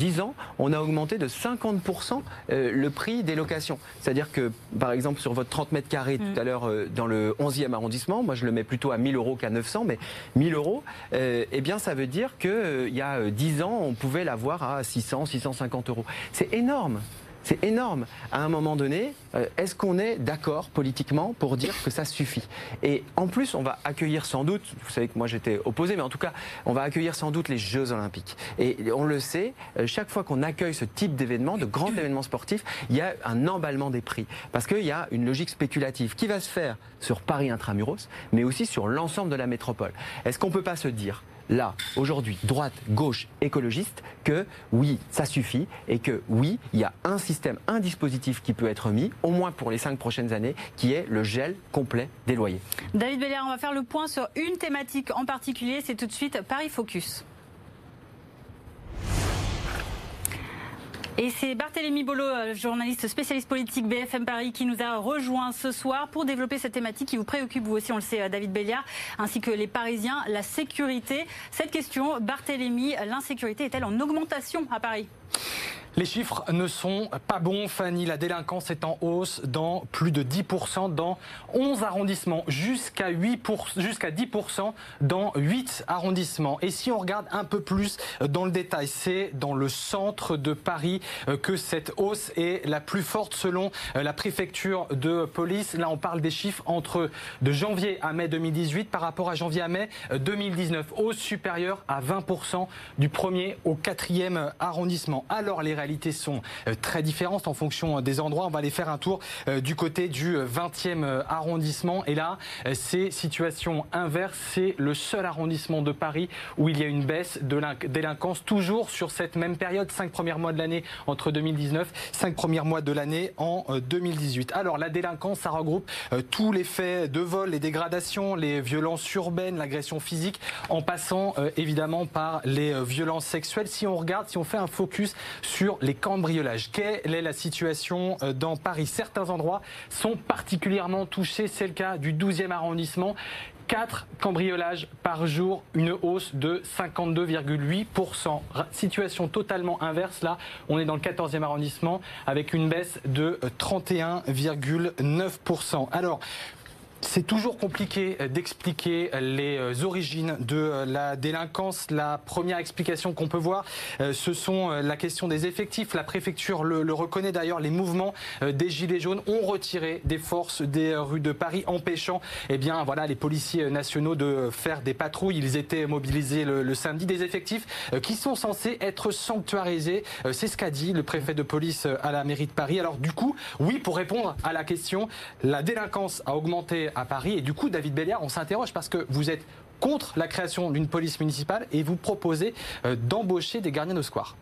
dix ans, on a augmenté de cinquante pour cent euh, le prix des locations. C'est-à-dire que, par exemple, sur votre trente mètres carrés mmh. tout à l'heure euh, dans le onzième arrondissement, moi je le mets plutôt à mille euros qu'à neuf cents, mais mille euros, euh, eh bien ça veut dire qu'il euh, y a dix ans, on pouvait l'avoir à six cents, six cent cinquante euros. C'est énorme. C'est énorme. À un moment donné, euh, est-ce qu'on est d'accord politiquement pour dire que ça suffit? Et en plus, on va accueillir sans doute, vous savez que moi j'étais opposé, mais en tout cas, on va accueillir sans doute les Jeux Olympiques. Et on le sait, euh, chaque fois qu'on accueille ce type d'événement, de grands événements sportifs, il y a un emballement des prix. Parce qu'il y a une logique spéculative qui va se faire sur Paris intramuros, mais aussi sur l'ensemble de la métropole. Est-ce qu'on ne peut pas se dire là, aujourd'hui, droite, gauche, écologiste, que oui, ça suffit et que oui, il y a un système, un dispositif qui peut être mis, au moins pour les cinq prochaines années, qui est le gel complet des loyers. David Belliard, on va faire le point sur une thématique en particulier, c'est tout de suite Paris Focus. Et c'est Barthélémy Bolo, journaliste spécialiste politique B F M Paris, qui nous a rejoint ce soir pour développer cette thématique qui vous préoccupe, vous aussi, on le sait, David Belliard, ainsi que les Parisiens, la sécurité. Cette question, Barthélémy, l'insécurité est-elle en augmentation à Paris ? Les chiffres ne sont pas bons, Fanny. La délinquance est en hausse dans plus de dix pour cent dans onze arrondissements, jusqu'à huit pour cent, jusqu'à dix pour cent dans huit arrondissements. Et si on regarde un peu plus dans le détail, c'est dans le centre de Paris que cette hausse est la plus forte selon la préfecture de police. Là, on parle des chiffres entre de janvier à mai deux mille dix-huit par rapport à janvier à mai deux mille dix-neuf. Hausse supérieure à vingt pour cent du premier au quatrième arrondissement. Alors, les réalités sont très différentes en fonction des endroits. On va aller faire un tour du côté du vingtième arrondissement. Et là, c'est situation inverse. C'est le seul arrondissement de Paris où il y a une baisse de la délinquance, toujours sur cette même période, cinq premiers mois de l'année entre deux mille dix-neuf, cinq premiers mois de l'année en deux mille dix-huit. Alors, la délinquance, ça regroupe tous les faits de vol, les dégradations, les violences urbaines, l'agression physique, en passant évidemment par les violences sexuelles. Si on regarde, si on fait un focus sur les cambriolages. Quelle est la situation dans Paris? Certains endroits sont particulièrement touchés. C'est le cas du douzième arrondissement. quatre cambriolages par jour, une hausse de cinquante-deux virgule huit pour cent. Situation totalement inverse. Là, on est dans le quatorzième arrondissement avec une baisse de trente et un virgule neuf pour cent. Alors, c'est toujours compliqué d'expliquer les origines de la délinquance. La première explication qu'on peut voir, ce sont la question des effectifs. La préfecture le, le reconnaît d'ailleurs. Les mouvements des Gilets jaunes ont retiré des forces des rues de Paris, empêchant eh bien, voilà, les policiers nationaux de faire des patrouilles. Ils étaient mobilisés le, le samedi. Des effectifs qui sont censés être sanctuarisés. C'est ce qu'a dit le préfet de police à la mairie de Paris. Alors du coup, oui, pour répondre à la question, la délinquance a augmenté à Paris. Et du coup, David Belliard, on s'interroge parce que vous êtes contre la création d'une police municipale et vous proposez euh, d'embaucher des gardiens de square.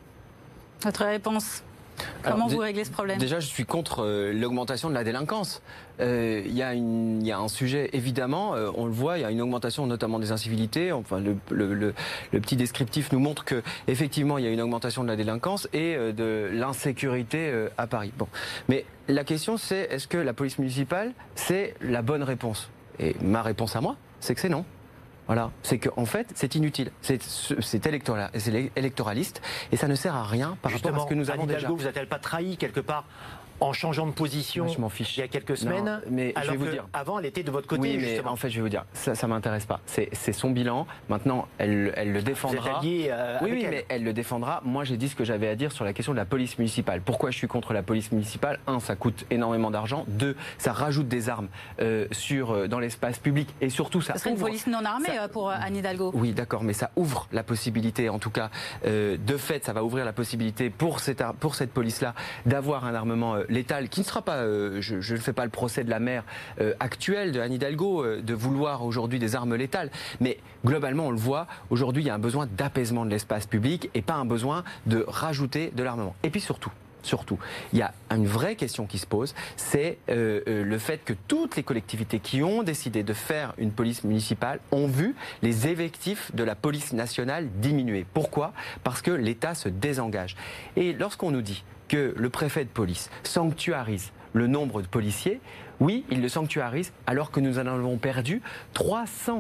Votre réponse ? Comment Alors, vous réglez ce problème? Déjà, je suis contre euh, l'augmentation de la délinquance. Il euh, y, y a un sujet, évidemment, euh, on le voit, il y a une augmentation notamment des incivilités. Enfin, le, le, le, le petit descriptif nous montre que effectivement, il y a une augmentation de la délinquance et euh, de l'insécurité euh, à Paris. Bon, mais la question, c'est est-ce que la police municipale, c'est la bonne réponse? Et ma réponse à moi, c'est que c'est non. Voilà, c'est qu'en en fait, c'est inutile, c'est électoral, électoraliste et ça ne sert à rien par Justement, rapport à ce que nous avons Anne déjà. Hidalgo, vous a-t-elle pas trahi quelque part en changeant de position? Moi, je m'en fiche. Il y a quelques semaines, non, mais alors je vais vous que dire. Avant, elle était de votre côté. Oui, mais justement. en fait, je vais vous dire, ça, ça m'intéresse pas. C'est son bilan. Maintenant, elle, elle le défendra. Vous êtes allié, euh, oui, avec oui, elle. mais elle le défendra. Moi, j'ai dit ce que j'avais à dire sur la question de la police municipale. Pourquoi je suis contre la police municipale? Un, ça coûte énormément d'argent. Deux, ça rajoute des armes euh, sur euh, dans l'espace public et surtout ça. Ce serait ouvre, une police non armée ça, pour Anne Hidalgo. Oui, d'accord, mais ça ouvre la possibilité, en tout cas, euh, de fait, ça va ouvrir la possibilité pour cette pour cette police-là d'avoir un armement euh, létal qui ne sera pas. Euh, je, je ne fais pas le procès de la maire euh, actuelle de Anne Hidalgo euh, de vouloir aujourd'hui des armes létales, mais globalement on le voit, aujourd'hui il y a un besoin d'apaisement de l'espace public et pas un besoin de rajouter de l'armement. Et puis surtout, surtout, il y a une vraie question qui se pose, c'est euh, euh, le fait que toutes les collectivités qui ont décidé de faire une police municipale ont vu les effectifs de la police nationale diminuer. Pourquoi? Parce que l'État se désengage. Et lorsqu'on nous dit que le préfet de police sanctuarise le nombre de policiers, oui, il le sanctuarise alors que nous en avons perdu trois cents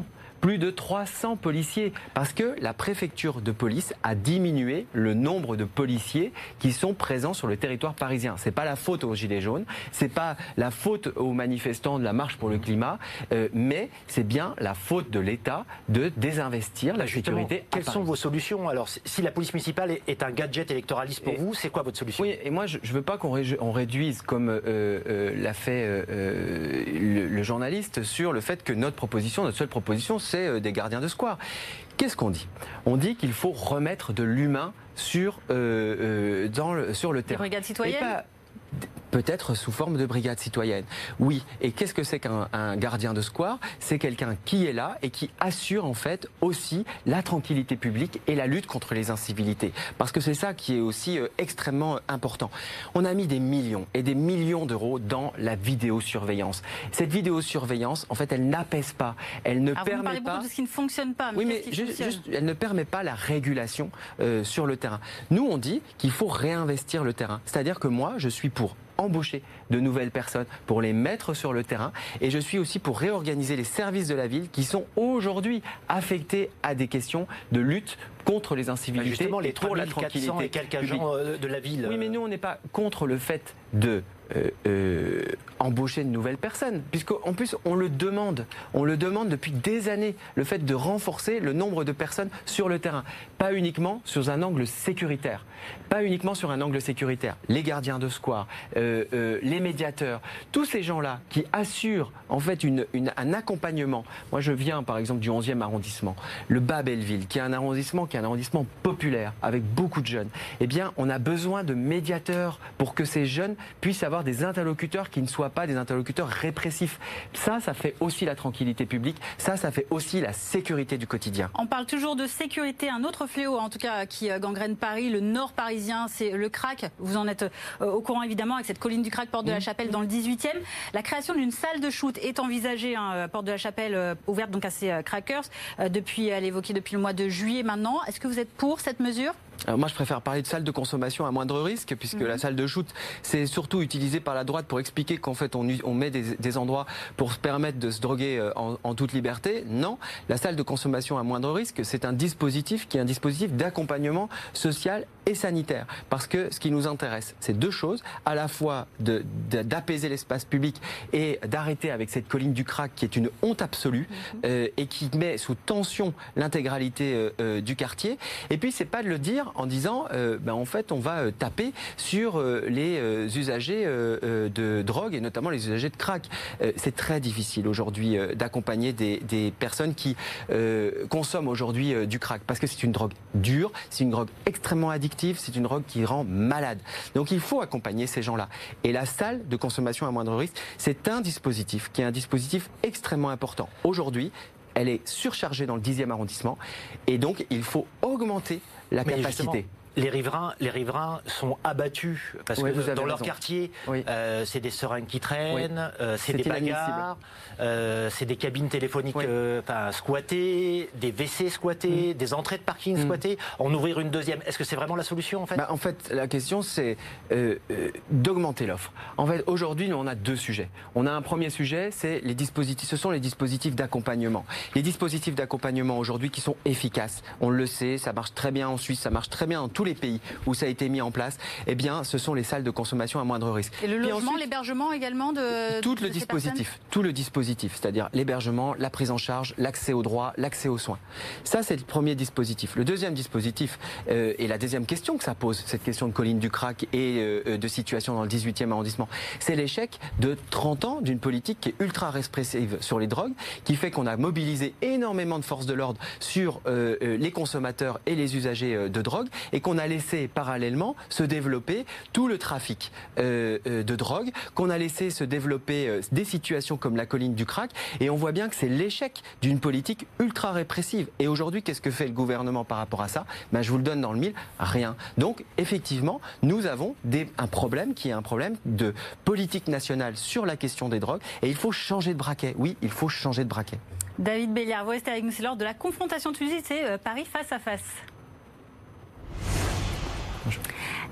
plus de trois cents policiers, parce que la préfecture de police a diminué le nombre de policiers qui sont présents sur le territoire parisien. C'est pas la faute aux Gilets jaunes, c'est pas la faute aux manifestants de la marche pour le climat, euh, mais c'est bien la faute de l'État de désinvestir la Justement, sécurité. Quelles sont vos solutions? Alors, si la police municipale est un gadget électoraliste pour et, vous, c'est quoi votre solution? Oui, et moi je ne veux pas qu'on ré, on réduise, comme euh, euh, l'a fait euh, le, le journaliste, sur le fait que notre proposition, notre seule proposition, c'est euh, des gardiens de square. Qu'est-ce qu'on dit? On dit qu'il faut remettre de l'humain sur, euh, euh, dans le, sur le terrain. Des brigades citoyennes? Peut-être sous forme de brigade citoyenne. Oui. Et qu'est-ce que c'est qu'un un gardien de square? C'est quelqu'un qui est là et qui assure en fait aussi la tranquillité publique et la lutte contre les incivilités. Parce que c'est ça qui est aussi euh, extrêmement important. On a mis des millions et des millions d'euros dans la vidéosurveillance. Cette vidéosurveillance, en fait, elle n'apaise pas. Elle ne Alors permet vous me parlez pas. beaucoup de ce qui ne fonctionne pas. Mais oui, mais qui juste, fonctionne juste, elle ne permet pas la régulation euh, sur le terrain. Nous, on dit qu'il faut réinvestir le terrain. C'est-à-dire que moi, je suis pour embaucher de nouvelles personnes, pour les mettre sur le terrain, et je suis aussi pour réorganiser les services de la ville qui sont aujourd'hui affectés à des questions de lutte contre les incivilités. Bah justement, les et pour la trois mille quatre cents tranquillité et quelques agents de la ville. Oui, mais nous, on n'est pas contre le fait de euh, euh, embaucher de nouvelles personnes, puisqu'en plus, on le demande. On le demande depuis des années, le fait de renforcer le nombre de personnes sur le terrain. Pas uniquement sur un angle sécuritaire. Pas uniquement sur un angle sécuritaire. Les gardiens de square, euh, euh, les médiateurs, tous ces gens-là qui assurent en fait une, une, un accompagnement. Moi, je viens par exemple du onzième arrondissement, le Bas-Belleville, qui est un arrondissement qui est un arrondissement populaire avec beaucoup de jeunes. Eh bien, on a besoin de médiateurs pour que ces jeunes puissent avoir des interlocuteurs qui ne soient pas des interlocuteurs répressifs. Ça, ça fait aussi la tranquillité publique. Ça, ça fait aussi la sécurité du quotidien. On parle toujours de sécurité. Un autre fléau, en tout cas, qui gangrène Paris, le nord parisien, c'est le crack. Vous en êtes euh, au courant, évidemment, avec cette colline du crack, porte de la Chapelle, dans le dix-huitième. La création d'une salle de shoot est envisagée, hein, porte de la Chapelle, euh, ouverte donc à ces euh, crackers, euh, depuis, elle est évoquée depuis le mois de juillet maintenant. Est-ce que vous êtes pour cette mesure ? Alors moi, je préfère parler de salle de consommation à moindre risque, puisque mmh. la salle de shoot, c'est surtout utilisé par la droite pour expliquer qu'en fait, on, on met des, des endroits pour se permettre de se droguer en, en toute liberté. Non, la salle de consommation à moindre risque, c'est un dispositif qui est un dispositif d'accompagnement social et sanitaire. Parce que ce qui nous intéresse, c'est deux choses, à la fois de, de, d'apaiser l'espace public et d'arrêter avec cette colline du crack qui est une honte absolue mmh. euh, et qui met sous tension l'intégralité euh, euh, du quartier. Et puis, c'est pas de le dire en disant, euh, ben, en fait, on va euh, taper sur euh, les euh, usagers euh, euh, de drogue et notamment les usagers de crack. Euh, c'est très difficile aujourd'hui euh, d'accompagner des, des personnes qui euh, consomment aujourd'hui euh, du crack parce que c'est une drogue dure, c'est une drogue extrêmement addictive, c'est une drogue qui rend malade. Donc il faut accompagner ces gens-là. Et la salle de consommation à moindre risque, c'est un dispositif qui est un dispositif extrêmement important. Aujourd'hui, elle est surchargée dans le dixième arrondissement et donc il faut augmenter la Mais capacité. Les riverains, les riverains sont abattus parce oui, que dans leur raison. quartier, oui. euh, c'est des seringues qui traînent, oui. euh, c'est des bagarres, euh, c'est des cabines téléphoniques oui. euh, squattées, des W C squattés, mmh. des entrées de parking mmh. squattées. En ouvrir une deuxième, est-ce que c'est vraiment la solution en fait ? Bah, en fait, la question c'est euh, euh, d'augmenter l'offre. En fait, aujourd'hui, nous on a deux sujets. On a un premier sujet, c'est les dispositifs. Ce sont les dispositifs d'accompagnement. Les dispositifs d'accompagnement aujourd'hui qui sont efficaces. On le sait, ça marche très bien en Suisse, ça marche très bien dans tous les pays où ça a été mis en place, eh bien, ce sont les salles de consommation à moindre risque. Et le logement, l'hébergement également de tout de le dispositif, tout le dispositif, c'est-à-dire l'hébergement, la prise en charge, l'accès aux droits, l'accès aux soins. Ça, c'est le premier dispositif. Le deuxième dispositif euh, et la deuxième question que ça pose, cette question de colline du crack et euh, de situation dans le dix-huitième arrondissement, c'est l'échec de trente ans d'une politique qui est ultra répressive sur les drogues, qui fait qu'on a mobilisé énormément de forces de l'ordre sur euh, les consommateurs et les usagers euh, de drogue et qu'on a laissé parallèlement se développer tout le trafic euh, euh, de drogue, qu'on a laissé se développer euh, des situations comme la colline du crack, et on voit bien que c'est l'échec d'une politique ultra répressive. Et aujourd'hui, qu'est-ce que fait le gouvernement par rapport à ça ? Ben, je vous le donne dans le mille, rien. Donc, effectivement, nous avons des, un problème qui est un problème de politique nationale sur la question des drogues, et il faut changer de braquet. Oui, il faut changer de braquet. David Béliard, vous restez avec nous, c'est l'heure de la confrontation de Tuesday, c'est euh, Paris face à face.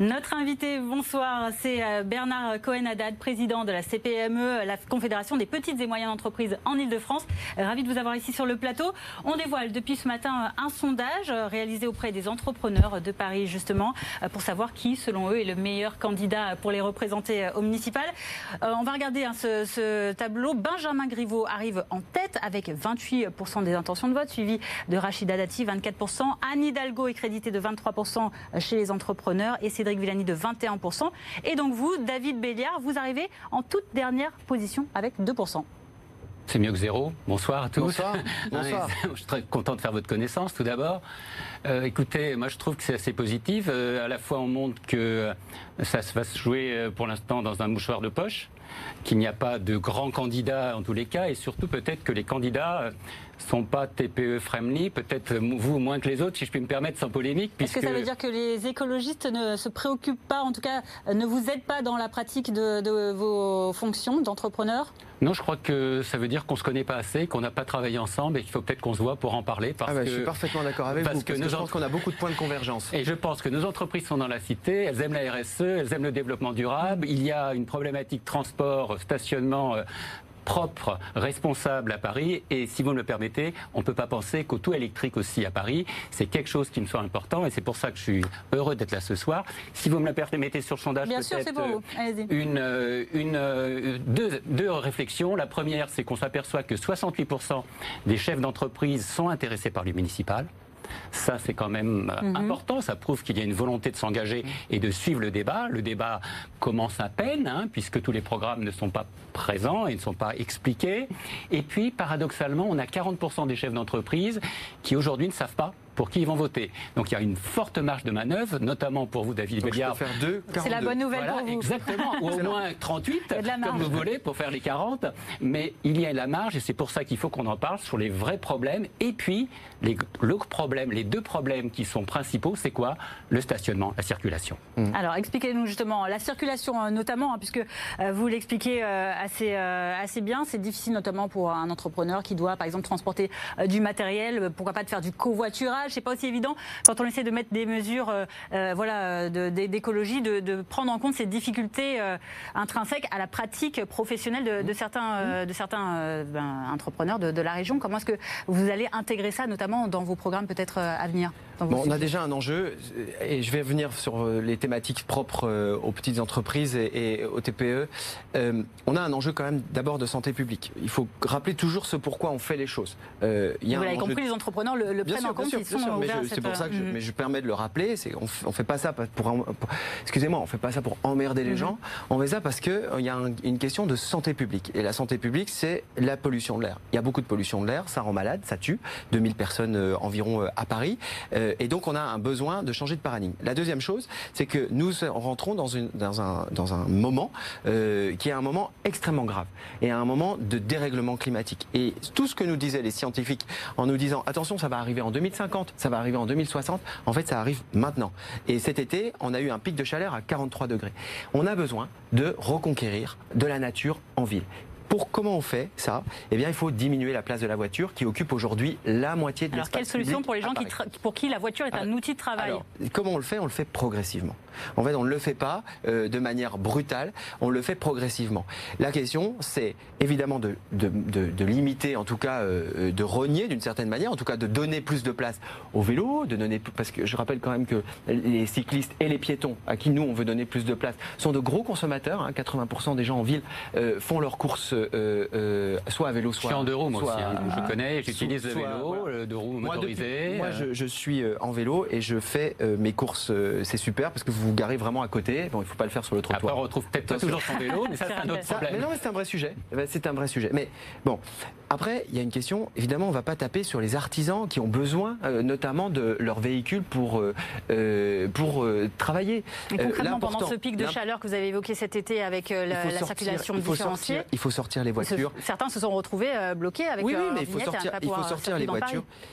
Notre invité, bonsoir, c'est Bernard Cohen-Haddad, président de la C P M E, la Confédération des petites et moyennes entreprises en Ile-de-France. Ravi de vous avoir ici sur le plateau. On dévoile depuis ce matin un sondage réalisé auprès des entrepreneurs de Paris, justement, pour savoir qui, selon eux, est le meilleur candidat pour les représenter au municipal. On va regarder hein, ce, ce tableau. Benjamin Griveaux arrive en tête avec vingt-huit pour cent des intentions de vote, suivi de Rachida Dati, vingt-quatre pour cent. Anne Hidalgo est créditée de vingt-trois pour cent chez les entrepreneurs et Cédric Villani de vingt et un pour cent. Et donc vous, David Béliard, vous arrivez en toute dernière position avec deux pour cent. C'est mieux que zéro. Bonsoir à tous. Bonsoir. Bonsoir. Je suis très content de faire votre connaissance tout d'abord. Euh, écoutez, moi je trouve que c'est assez positif. Euh, à la fois on montre que ça va se jouer pour l'instant dans un mouchoir de poche, qu'il n'y a pas de grands candidats en tous les cas, et surtout peut-être que les candidats ne sont pas T P E friendly, peut-être vous moins que les autres, si je puis me permettre, sans polémique. Est-ce que ça veut dire que les écologistes ne se préoccupent pas, en tout cas ne vous aident pas dans la pratique de, de vos fonctions d'entrepreneur ? Non, je crois que ça veut dire qu'on ne se connaît pas assez, qu'on n'a pas travaillé ensemble et qu'il faut peut-être qu'on se voit pour en parler. Parce ah bah, que, je suis parfaitement d'accord avec parce vous, que parce que je pense qu'on a beaucoup de points de convergence. Et je pense que nos entreprises sont dans la cité, elles aiment la R S E, elles aiment le développement durable. Il y a une problématique transport, stationnement euh, propre, responsable à Paris, et si vous me le permettez, on ne peut pas penser qu'auto électrique aussi à Paris, c'est quelque chose qui me soit important, et c'est pour ça que je suis heureux d'être là ce soir. Si vous me le permettez sur le sondage, bien sûr, c'est pour vous. Allez-y. Une, une, deux, deux réflexions. La première, c'est qu'on s'aperçoit que soixante-huit pour cent des chefs d'entreprise sont intéressés par le municipal. Ça, c'est quand même mm-hmm. important. Ça prouve qu'il y a une volonté de s'engager et de suivre le débat. Le débat commence à peine, hein, puisque tous les programmes ne sont pas présents et ne sont pas expliqués. Et puis, paradoxalement, on a quarante pour cent des chefs d'entreprise qui, aujourd'hui, ne savent pas pour qui ils vont voter. Donc il y a une forte marge de manœuvre, notamment pour vous, David Béliard. faire deux, quarante-deux. C'est la bonne nouvelle voilà, pour vous. Exactement, ou au moins trente-huit, comme vous voulez, pour faire les quarante. Mais il y a la marge, et c'est pour ça qu'il faut qu'on en parle sur les vrais problèmes. Et puis, les, le problème, les deux problèmes qui sont principaux, c'est quoi ? Le stationnement, la circulation. Mmh. Alors, expliquez-nous justement la circulation, notamment, hein, puisque euh, vous l'expliquez euh, assez, euh, assez bien. C'est difficile, notamment pour un entrepreneur qui doit, par exemple, transporter euh, du matériel. Pourquoi pas de faire du covoiturage ? C'est pas aussi évident quand on essaie de mettre des mesures euh, euh, voilà, de, de, d'écologie, de, de prendre en compte ces difficultés euh, intrinsèques à la pratique professionnelle de, de certains, euh, de certains euh, ben, entrepreneurs de, de la région. Comment est-ce que vous allez intégrer ça, notamment dans vos programmes peut-être euh, à venir ? Bon, on a déjà un enjeu, et je vais revenir sur les thématiques propres aux petites entreprises et, et aux T P E. Euh, on a un enjeu quand même d'abord de santé publique. Il faut rappeler toujours ce pourquoi on fait les choses. Euh, il y a vous l'avez compris, de... les entrepreneurs le, le prennent sûr, en compte. Sûr, ils sont sûr, mais je, cette... c'est pour ça que je, mais je permets de le rappeler. C'est, on, on fait pas ça pour, pour excusez-moi, on fait pas ça pour emmerder les mm-hmm. gens. On fait ça parce que il y a un, une question de santé publique. Et la santé publique, c'est la pollution de l'air. Il y a beaucoup de pollution de l'air, ça rend malade, ça tue. deux mille personnes euh, environ euh, à Paris. Euh, et donc on a un besoin de changer de paradigme. La deuxième chose, c'est que nous rentrons dans, une, dans, un, dans un moment euh, qui est un moment extrêmement grave et un moment de dérèglement climatique. Et tout ce que nous disaient les scientifiques en nous disant attention, ça va arriver en deux mille cinquante, ça va arriver en deux mille soixante, en fait ça arrive maintenant. Et cet été, on a eu un pic de chaleur à quarante-trois degrés. On a besoin de reconquérir de la nature en ville. Pour comment on fait ça ? Eh bien, il faut diminuer la place de la voiture qui occupe aujourd'hui la moitié de alors, l'espace public. Alors, quelle solution pour les gens qui tra- pour qui la voiture est alors, un outil de travail ? Alors, comment on le fait ? On le fait progressivement. En fait, on ne le fait pas euh, de manière brutale, on le fait progressivement. La question, c'est évidemment de, de, de, de limiter, en tout cas, euh, de rogner d'une certaine manière, en tout cas de donner plus de place au vélo, de donner, parce que je rappelle quand même que les cyclistes et les piétons, à qui nous on veut donner plus de place, sont de gros consommateurs. Hein, quatre-vingts pour cent des gens en ville euh, font leurs courses Euh, euh, soit à vélo, soit... Je suis en deux roues, moi soit, aussi. Hein, euh, je connais, j'utilise soit, le vélo, voilà. le deux roues moi, motorisé. Depuis, moi, je, je suis en vélo et je fais euh, mes courses. Euh, c'est super parce que vous vous garez vraiment à côté. Bon, il ne faut pas le faire sur le trottoir. Après, on retrouve peut-être pas toujours son vélo, mais ça, c'est un autre ça, problème. Mais non, mais c'est un vrai sujet. C'est un vrai sujet. Mais bon, après, il y a une question. Évidemment, on ne va pas taper sur les artisans qui ont besoin, euh, notamment de leur véhicule pour, euh, pour euh, travailler. Et concrètement, euh, pendant ce pic de chaleur que vous avez évoqué cet été avec euh, la, la sortir, circulation différenciée, sortir, il faut sortir les voitures. Certains se sont retrouvés bloqués avec oui, oui, euh, mais il faut sortir, il faut sortir les voitures.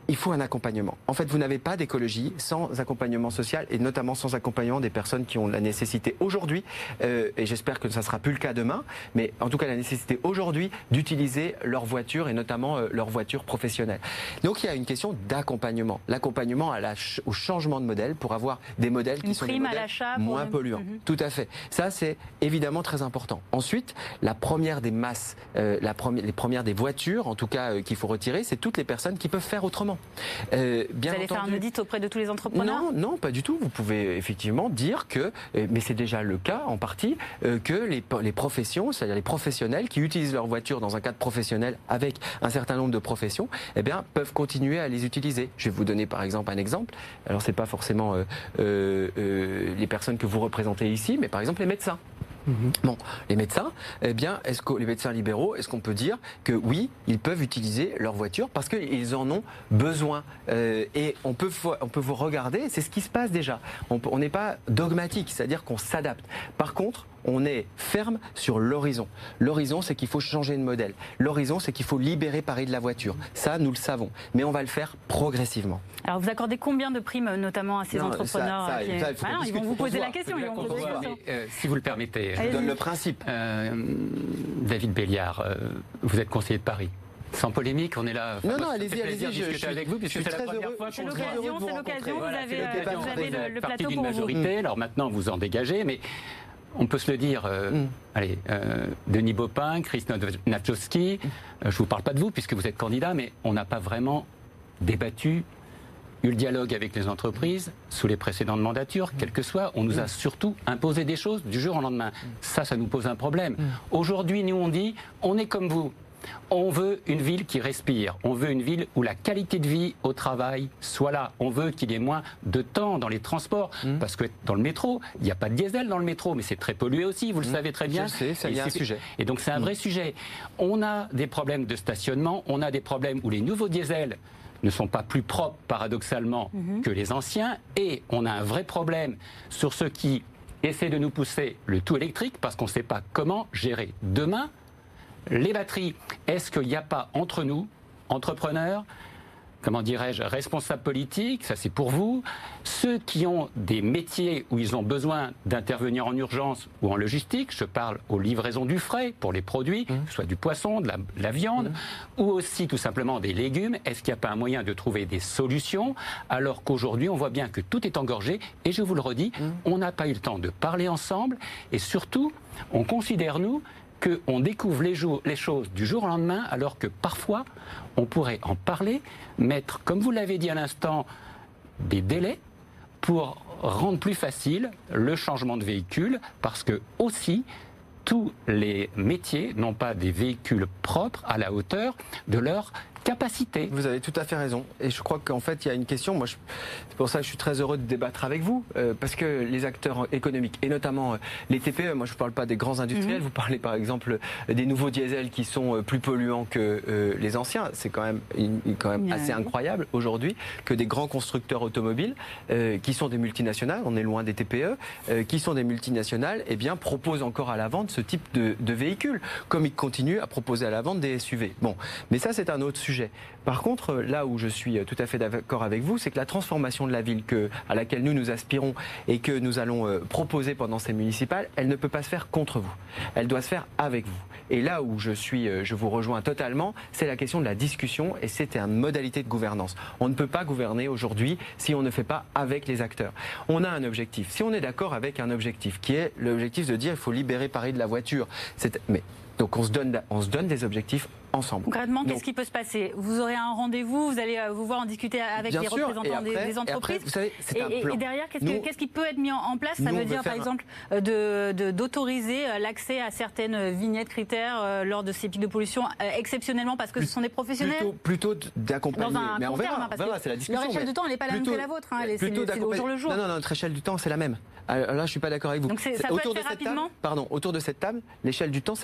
il faut un accompagnement. En fait, vous n'avez pas d'écologie sans accompagnement social et notamment sans accompagnement des personnes qui ont la nécessité aujourd'hui, euh, et j'espère que ça ne sera plus le cas demain, mais en tout cas la nécessité aujourd'hui d'utiliser leur voiture et notamment euh, leur voiture professionnelle. Donc il y a une question d'accompagnement. L'accompagnement à la ch- au changement de modèle pour avoir des modèles qui une sont des prime à modèles l'achat moins pour... polluants. Mm-hmm. Tout à fait. Ça, c'est évidemment très important. Ensuite, la première des masses, euh, la première, les premières des voitures, en tout cas, euh, qu'il faut retirer, c'est toutes les personnes qui peuvent faire autrement. Euh, bien Vous allez entendu, faire un audit auprès de tous les entrepreneurs? Non, non, pas du tout. Vous pouvez effectivement dire que, euh, mais c'est déjà le cas en partie, euh, que les, les professions, c'est-à-dire les professionnels qui utilisent leur voiture dans un cadre professionnel avec un certain nombre de professions, eh bien, peuvent continuer à les utiliser. Je vais vous donner par exemple un exemple. Alors, c'est pas forcément euh, euh, euh, les personnes que vous représentez ici, mais par exemple les médecins. Bon, les médecins, eh bien, est-ce que les médecins libéraux, est-ce qu'on peut dire que oui, ils peuvent utiliser leur voiture parce qu'ils en ont besoin euh, et on peut, on peut vous regarder, c'est ce qui se passe déjà. On n'est pas dogmatique, c'est-à-dire qu'on s'adapte. Par contre, on est ferme sur l'horizon. L'horizon, c'est qu'il faut changer de modèle. L'horizon, c'est qu'il faut libérer Paris de la voiture. Ça, nous le savons. Mais on va le faire progressivement. Alors, vous accordez combien de primes, notamment à ces non, entrepreneurs ça, ça, qui... ça, ah non, ils vont vous poser la question. Ils vont vous poser la question. Mais, euh, si vous le permettez, je donne le principe. Euh, David Béliard, euh, vous êtes conseiller de Paris. Sans polémique, on est là. Enfin, non, non, allez-y, allez-y. Je, je suis avec vous, puisque c'est la première fois qu'on se rencontre. C'est l'occasion, vous voilà, avez, euh, vous avez le, le plateau pour d'une majorité, vous. alors maintenant vous en dégagez, mais on peut se le dire. Euh, mm. Allez, euh, Denis Baupin, Chris Nachowski, mm. euh, je vous parle pas de vous puisque vous êtes candidat, mais on n'a pas vraiment débattu, eu le dialogue avec les entreprises sous les précédentes mandatures, quel que soit. On nous a surtout imposé des choses du jour au lendemain. Ça, ça nous pose un problème. Aujourd'hui, nous, on dit, on est comme vous. On veut une ville qui respire. On veut une ville où la qualité de vie au travail soit là. On veut qu'il y ait moins de temps dans les transports. Mmh. Parce que dans le métro, il n'y a pas de diesel dans le métro, mais c'est très pollué aussi, vous mmh. le savez très bien. Je sais, ça y a un sujet. Et donc c'est un mmh. vrai sujet. On a des problèmes de stationnement, on a des problèmes où les nouveaux diesels ne sont pas plus propres, paradoxalement, mmh. que les anciens. Et on a un vrai problème sur ceux qui essaient de nous pousser le tout électrique, parce qu'on ne sait pas comment gérer demain les batteries. Est-ce qu'il n'y a pas entre nous, entrepreneurs, comment dirais-je, responsables politiques, ça c'est pour vous, ceux qui ont des métiers où ils ont besoin d'intervenir en urgence ou en logistique, je parle aux livraisons du frais pour les produits, mmh. soit du poisson, de la, de la viande, mmh. ou aussi tout simplement des légumes, est-ce qu'il n'y a pas un moyen de trouver des solutions, alors qu'aujourd'hui on voit bien que tout est engorgé, et je vous le redis, mmh. on n'a pas eu le temps de parler ensemble, et surtout, on considère, nous, qu'on découvre les, jours, les choses du jour au lendemain, alors que parfois, on pourrait en parler, mettre, comme vous l'avez dit à l'instant, des délais pour rendre plus facile le changement de véhicule, parce que aussi, tous les métiers n'ont pas des véhicules propres à la hauteur de leur capacité. Vous avez tout à fait raison. Et je crois qu'en fait, il y a une question. Moi, je, c'est pour ça que je suis très heureux de débattre avec vous, euh, parce que les acteurs économiques, et notamment euh, les T P E, moi je ne parle pas des grands industriels, mmh. vous parlez par exemple des nouveaux diesels qui sont euh, plus polluants que euh, les anciens. C'est quand même, une, une, quand même mmh. assez incroyable aujourd'hui que des grands constructeurs automobiles, euh, qui sont des multinationales, on est loin des T P E, euh, qui sont des multinationales, eh bien, proposent encore à la vente ce type de, de véhicules, comme ils continuent à proposer à la vente des S U V. Bon, mais ça c'est un autre sujet. Par contre, là où je suis tout à fait d'accord avec vous, c'est que la transformation de la ville que, à laquelle nous nous aspirons et que nous allons euh, proposer pendant ces municipales, elle ne peut pas se faire contre vous. Elle doit se faire avec vous. Et là où je suis, euh, je vous rejoins totalement, c'est la question de la discussion et c'est une modalité de gouvernance. On ne peut pas gouverner aujourd'hui si on ne fait pas avec les acteurs. On a un objectif. Si on est d'accord avec un objectif qui est l'objectif de dire il faut libérer Paris de la voiture, c'est, mais donc on se donne, on se donne des objectifs ensemble. Concrètement, qu'est-ce qui peut se passer? Vous aurez un rendez-vous, vous allez vous voir en discuter avec Bien les sûr, représentants après, des, des entreprises. Et, après, vous savez, c'est et, un plan. et derrière, qu'est-ce, nous, que, qu'est-ce qui peut être mis en, en place? Ça nous, veut dire, par exemple, de, de, d'autoriser l'accès à certaines vignettes critères euh, lors de ces pics de pollution, euh, exceptionnellement parce que ce sont des professionnels. Plutôt, plutôt d'accompagner. Dans un mais on verra, terme, hein, parce verra, c'est la discussion. Leur échelle de temps, elle n'est pas la même que la vôtre. Hein, c'est, le, c'est au jour le jour. Non, non, non, notre échelle du temps, c'est la même. Alors là, je suis pas d'accord avec vous. Donc c'est, ça autour peut être de fait cette rapidement. Table, pardon, autour de cette table, l'échelle du temps, c'est la même pour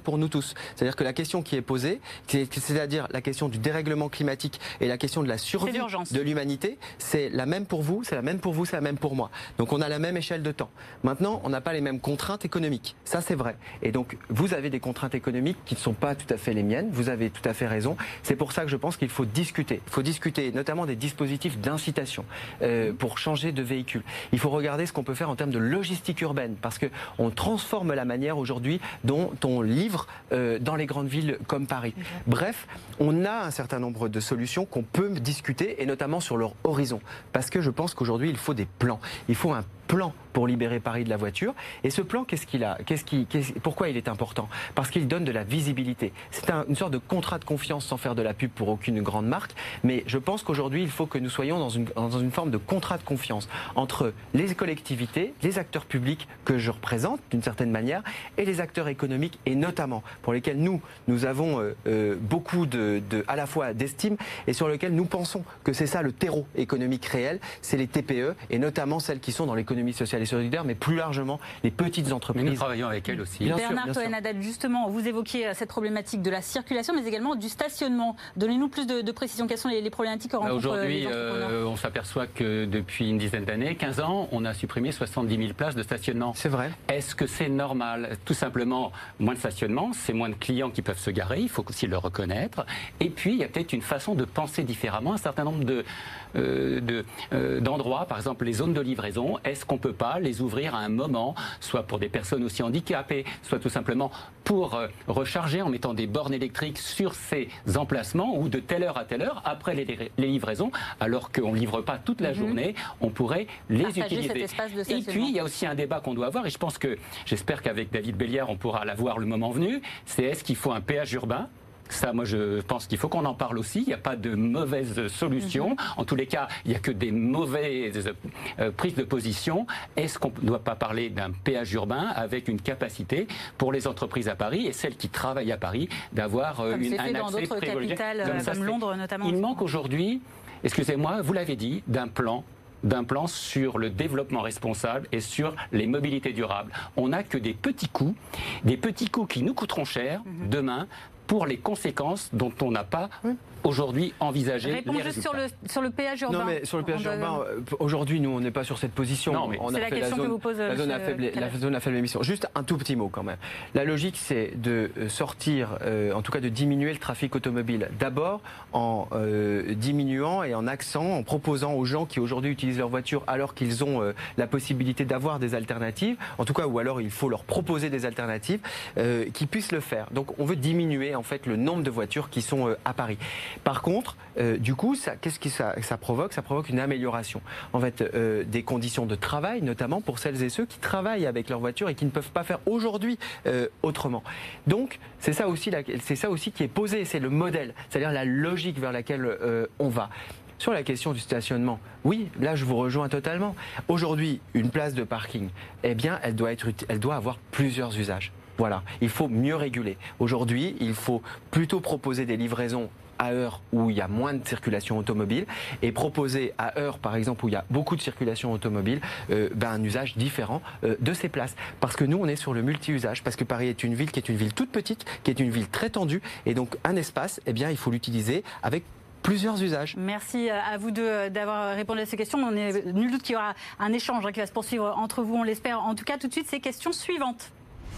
pour nous tous. C'est-à-dire que la question qui est posée, c'est-à-dire la question du dérèglement climatique et la question de la survie de l'humanité, c'est la même pour vous, c'est la même pour vous, c'est la même pour moi. Donc on a la même échelle de temps. Maintenant, on n'a pas les mêmes contraintes économiques. Ça, c'est vrai. Et donc, vous avez des contraintes économiques qui ne sont pas tout à fait les miennes. Vous avez tout à fait raison. C'est pour ça que je pense qu'il faut discuter. Il faut discuter notamment des dispositifs d'incitation euh, pour changer de véhicule. Il faut regarder ce qu'on peut faire en termes de logistique urbaine, parce qu'on transforme la manière aujourd'hui dont on livre euh, dans les grandes villes comme Paris. Bref, on a un certain nombre de solutions qu'on peut discuter, et notamment sur leur horizon. Parce que je pense qu'aujourd'hui, il faut des plans. Il faut un plan pour libérer Paris de la voiture. Et ce plan, qu'est-ce qu'il a qu'est-ce qui, qu'est-ce, Pourquoi il est important? Parce qu'il donne de la visibilité. C'est un, une sorte de contrat de confiance, sans faire de la pub pour aucune grande marque. Mais je pense qu'aujourd'hui, il faut que nous soyons dans une, dans une forme de contrat de confiance entre les collectivités, les acteurs publics que je représente d'une certaine manière, et les acteurs économiques, et notamment pour lesquels nous, nous avons euh, euh, beaucoup de, de, à la fois d'estime, et sur lesquels nous pensons que c'est ça le terreau économique réel, c'est les T P E, et notamment celles qui sont dans l'économie sociale et solidaire, mais plus largement les petites entreprises. Mais nous travaillons avec elles aussi. Bien Bernard Cohen-Haddad, justement, vous évoquiez cette problématique de la circulation, mais également du stationnement. Donnez-nous plus de, de précisions. Quelles sont les, les problématiques que rencontrent Aujourd'hui, les entrepreneurs ? euh, on s'aperçoit que depuis une dizaine d'années, quinze ans, on a supprimé soixante-dix mille places de stationnement. C'est vrai. Est-ce que c'est normal? Tout simplement, moins de stationnement, c'est moins de clients qui peuvent se garer, il faut aussi le reconnaître. Et puis, il y a peut-être une façon de penser différemment un certain nombre de, euh, de, euh, d'endroits, par exemple les zones de livraison. Est-ce qu'on ne peut pas les ouvrir à un moment, soit pour des personnes aussi handicapées, soit tout simplement pour euh, recharger en mettant des bornes électriques sur ces emplacements, ou de telle heure à telle heure, après les, les livraisons, alors qu'on ne livre pas toute la mmh. journée, on pourrait les Partager utiliser. Cet espace de et puis, il y a aussi un débat qu'on doit avoir, et je pense que, j'espère qu'avec David Béliard, on pourra l'avoir le moment venu, c'est est-ce qu'il faut un péage urbain? Ça, moi, je pense qu'il faut qu'on en parle aussi. Il n'y a pas de mauvaise solution. Mm-hmm. En tous les cas, il n'y a que des mauvaises euh, prises de position. Est-ce qu'on ne doit pas parler d'un péage urbain avec une capacité pour les entreprises à Paris et celles qui travaillent à Paris d'avoir euh, une, un accès privilégié comme, comme Londres notamment. Il manque aujourd'hui, excusez-moi, vous l'avez dit, d'un plan d'un plan sur le développement responsable et sur les mobilités durables. On n'a que des petits coûts, des petits coûts qui nous coûteront cher mm-hmm. demain, pour les conséquences dont on n'a pas oui. aujourd'hui envisagé. Réponds les juste sur le, sur le péage urbain. Non, mais sur le péage on urbain, doit... aujourd'hui, nous, on n'est pas sur cette position. Non, mais on c'est a la fait question la zone, que vous pose la zone, à faible, la zone à faible émission. Juste un tout petit mot quand même. La logique, c'est de sortir, euh, en tout cas de diminuer le trafic automobile. D'abord en euh, diminuant et en accent, en proposant aux gens qui aujourd'hui utilisent leur voiture alors qu'ils ont euh, la possibilité d'avoir des alternatives, en tout cas, ou alors il faut leur proposer des alternatives, euh, qu'ils puissent le faire. Donc on veut diminuer en fait le nombre de voitures qui sont euh, à Paris. Par contre, euh, du coup, ça, qu'est-ce que ça, ça provoque? Ça provoque une amélioration. En fait, euh, des conditions de travail, notamment pour celles et ceux qui travaillent avec leur voiture et qui ne peuvent pas faire aujourd'hui euh, autrement. Donc, c'est ça aussi, la, c'est ça aussi qui est posé, c'est le modèle, c'est-à-dire la logique vers laquelle euh, on va. Sur la question du stationnement, oui, là je vous rejoins totalement. Aujourd'hui, une place de parking, eh bien, elle doit être, elle doit avoir plusieurs usages. Voilà, il faut mieux réguler. Aujourd'hui, il faut plutôt proposer des livraisons à heure où il y a moins de circulation automobile et proposer à heure, par exemple, où il y a beaucoup de circulation automobile, euh, ben, un usage différent euh, de ces places. Parce que nous, on est sur le multi-usage, parce que Paris est une ville qui est une ville toute petite, qui est une ville très tendue, et donc un espace, eh bien, il faut l'utiliser avec plusieurs usages. Merci à vous deux d'avoir répondu à ces questions. On est nul doute qu'il y aura un échange hein, qui va se poursuivre entre vous, on l'espère. En tout cas, tout de suite, ces questions suivantes.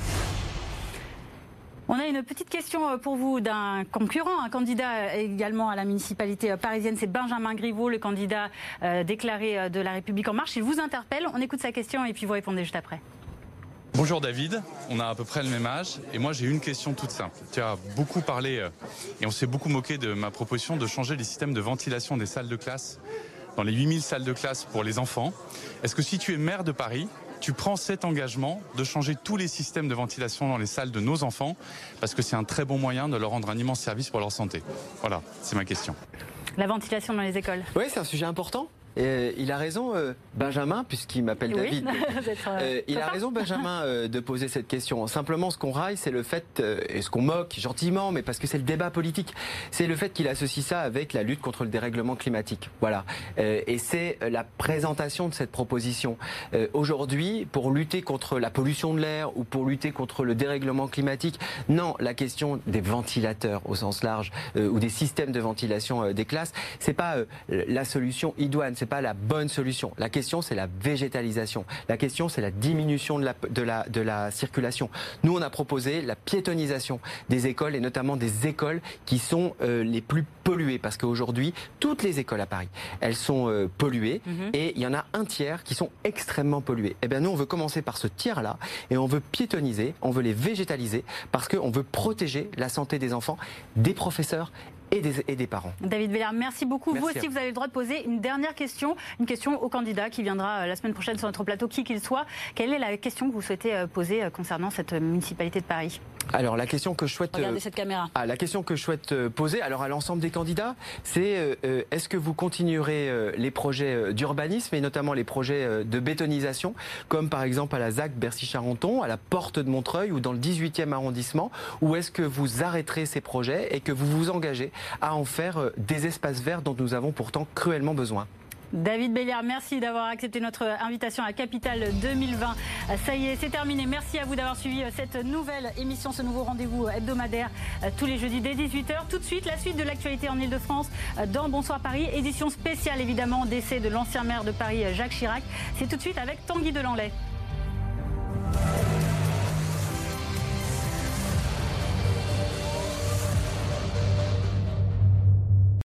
On a une petite question pour vous d'un concurrent, un candidat également à la municipalité parisienne, c'est Benjamin Griveaux, le candidat euh, déclaré de La République En Marche. Il vous interpelle, on écoute sa question et puis vous répondez juste après. Bonjour David, on a à peu près le même âge et moi j'ai une question toute simple. Tu as beaucoup parlé euh, et on s'est beaucoup moqué de ma proposition de changer les systèmes de ventilation des salles de classe dans les huit mille salles de classe pour les enfants. Est-ce que si tu es maire de Paris, tu prends cet engagement de changer tous les systèmes de ventilation dans les salles de nos enfants parce que c'est un très bon moyen de leur rendre un immense service pour leur santé. Voilà, c'est ma question. La ventilation dans les écoles. Oui, c'est un sujet important. Euh, il a raison, euh, Benjamin, puisqu'il m'appelle Oui. David. Euh, il a Papa. raison, Benjamin, euh, de poser cette question. Simplement, ce qu'on raille, c'est le fait, euh, et ce qu'on moque gentiment, mais parce que c'est le débat politique, c'est le fait qu'il associe ça avec la lutte contre le dérèglement climatique. Voilà. Euh, et c'est la présentation de cette proposition. Euh, Aujourd'hui, pour lutter contre la pollution de l'air ou pour lutter contre le dérèglement climatique, non, la question des ventilateurs au sens large euh, ou des systèmes de ventilation euh, des classes, c'est pas euh, la solution idoine. C'est pas la bonne solution. La question, c'est la végétalisation. La question, c'est la diminution de la, de, la, de la circulation. Nous, on a proposé la piétonisation des écoles et notamment des écoles qui sont euh, les plus polluées. Parce qu'aujourd'hui, toutes les écoles à Paris, elles sont euh, polluées mm-hmm. et il y en a un tiers qui sont extrêmement polluées. Eh bien, nous, on veut commencer par ce tiers-là et on veut piétoniser, on veut les végétaliser parce qu'on veut protéger la santé des enfants, des professeurs et des, et des parents. David Béliard, merci beaucoup. Merci vous aussi, vous avez le droit de poser une dernière question, une question au candidat qui viendra la semaine prochaine sur notre plateau, qui qu'il soit. Quelle est la question que vous souhaitez poser concernant cette municipalité de Paris ? Alors la question que je souhaite Regardez cette caméra. Ah, la question que je souhaite poser alors à l'ensemble des candidats, c'est euh, est-ce que vous continuerez euh, les projets d'urbanisme et notamment les projets euh, de bétonisation, comme par exemple à la Z A C Bercy-Charenton, à la porte de Montreuil ou dans le dix-huitième arrondissement, ou est-ce que vous arrêterez ces projets et que vous vous engagez à en faire euh, des espaces verts dont nous avons pourtant cruellement besoin? David Béliard, merci d'avoir accepté notre invitation à Capitale deux mille vingt. Ça y est, c'est terminé. Merci à vous d'avoir suivi cette nouvelle émission, ce nouveau rendez-vous hebdomadaire tous les jeudis dès dix-huit heures. Tout de suite, la suite de l'actualité en Ile-de-France dans Bonsoir Paris. Édition spéciale évidemment, décès de l'ancien maire de Paris, Jacques Chirac. C'est tout de suite avec Tanguy Delanlay.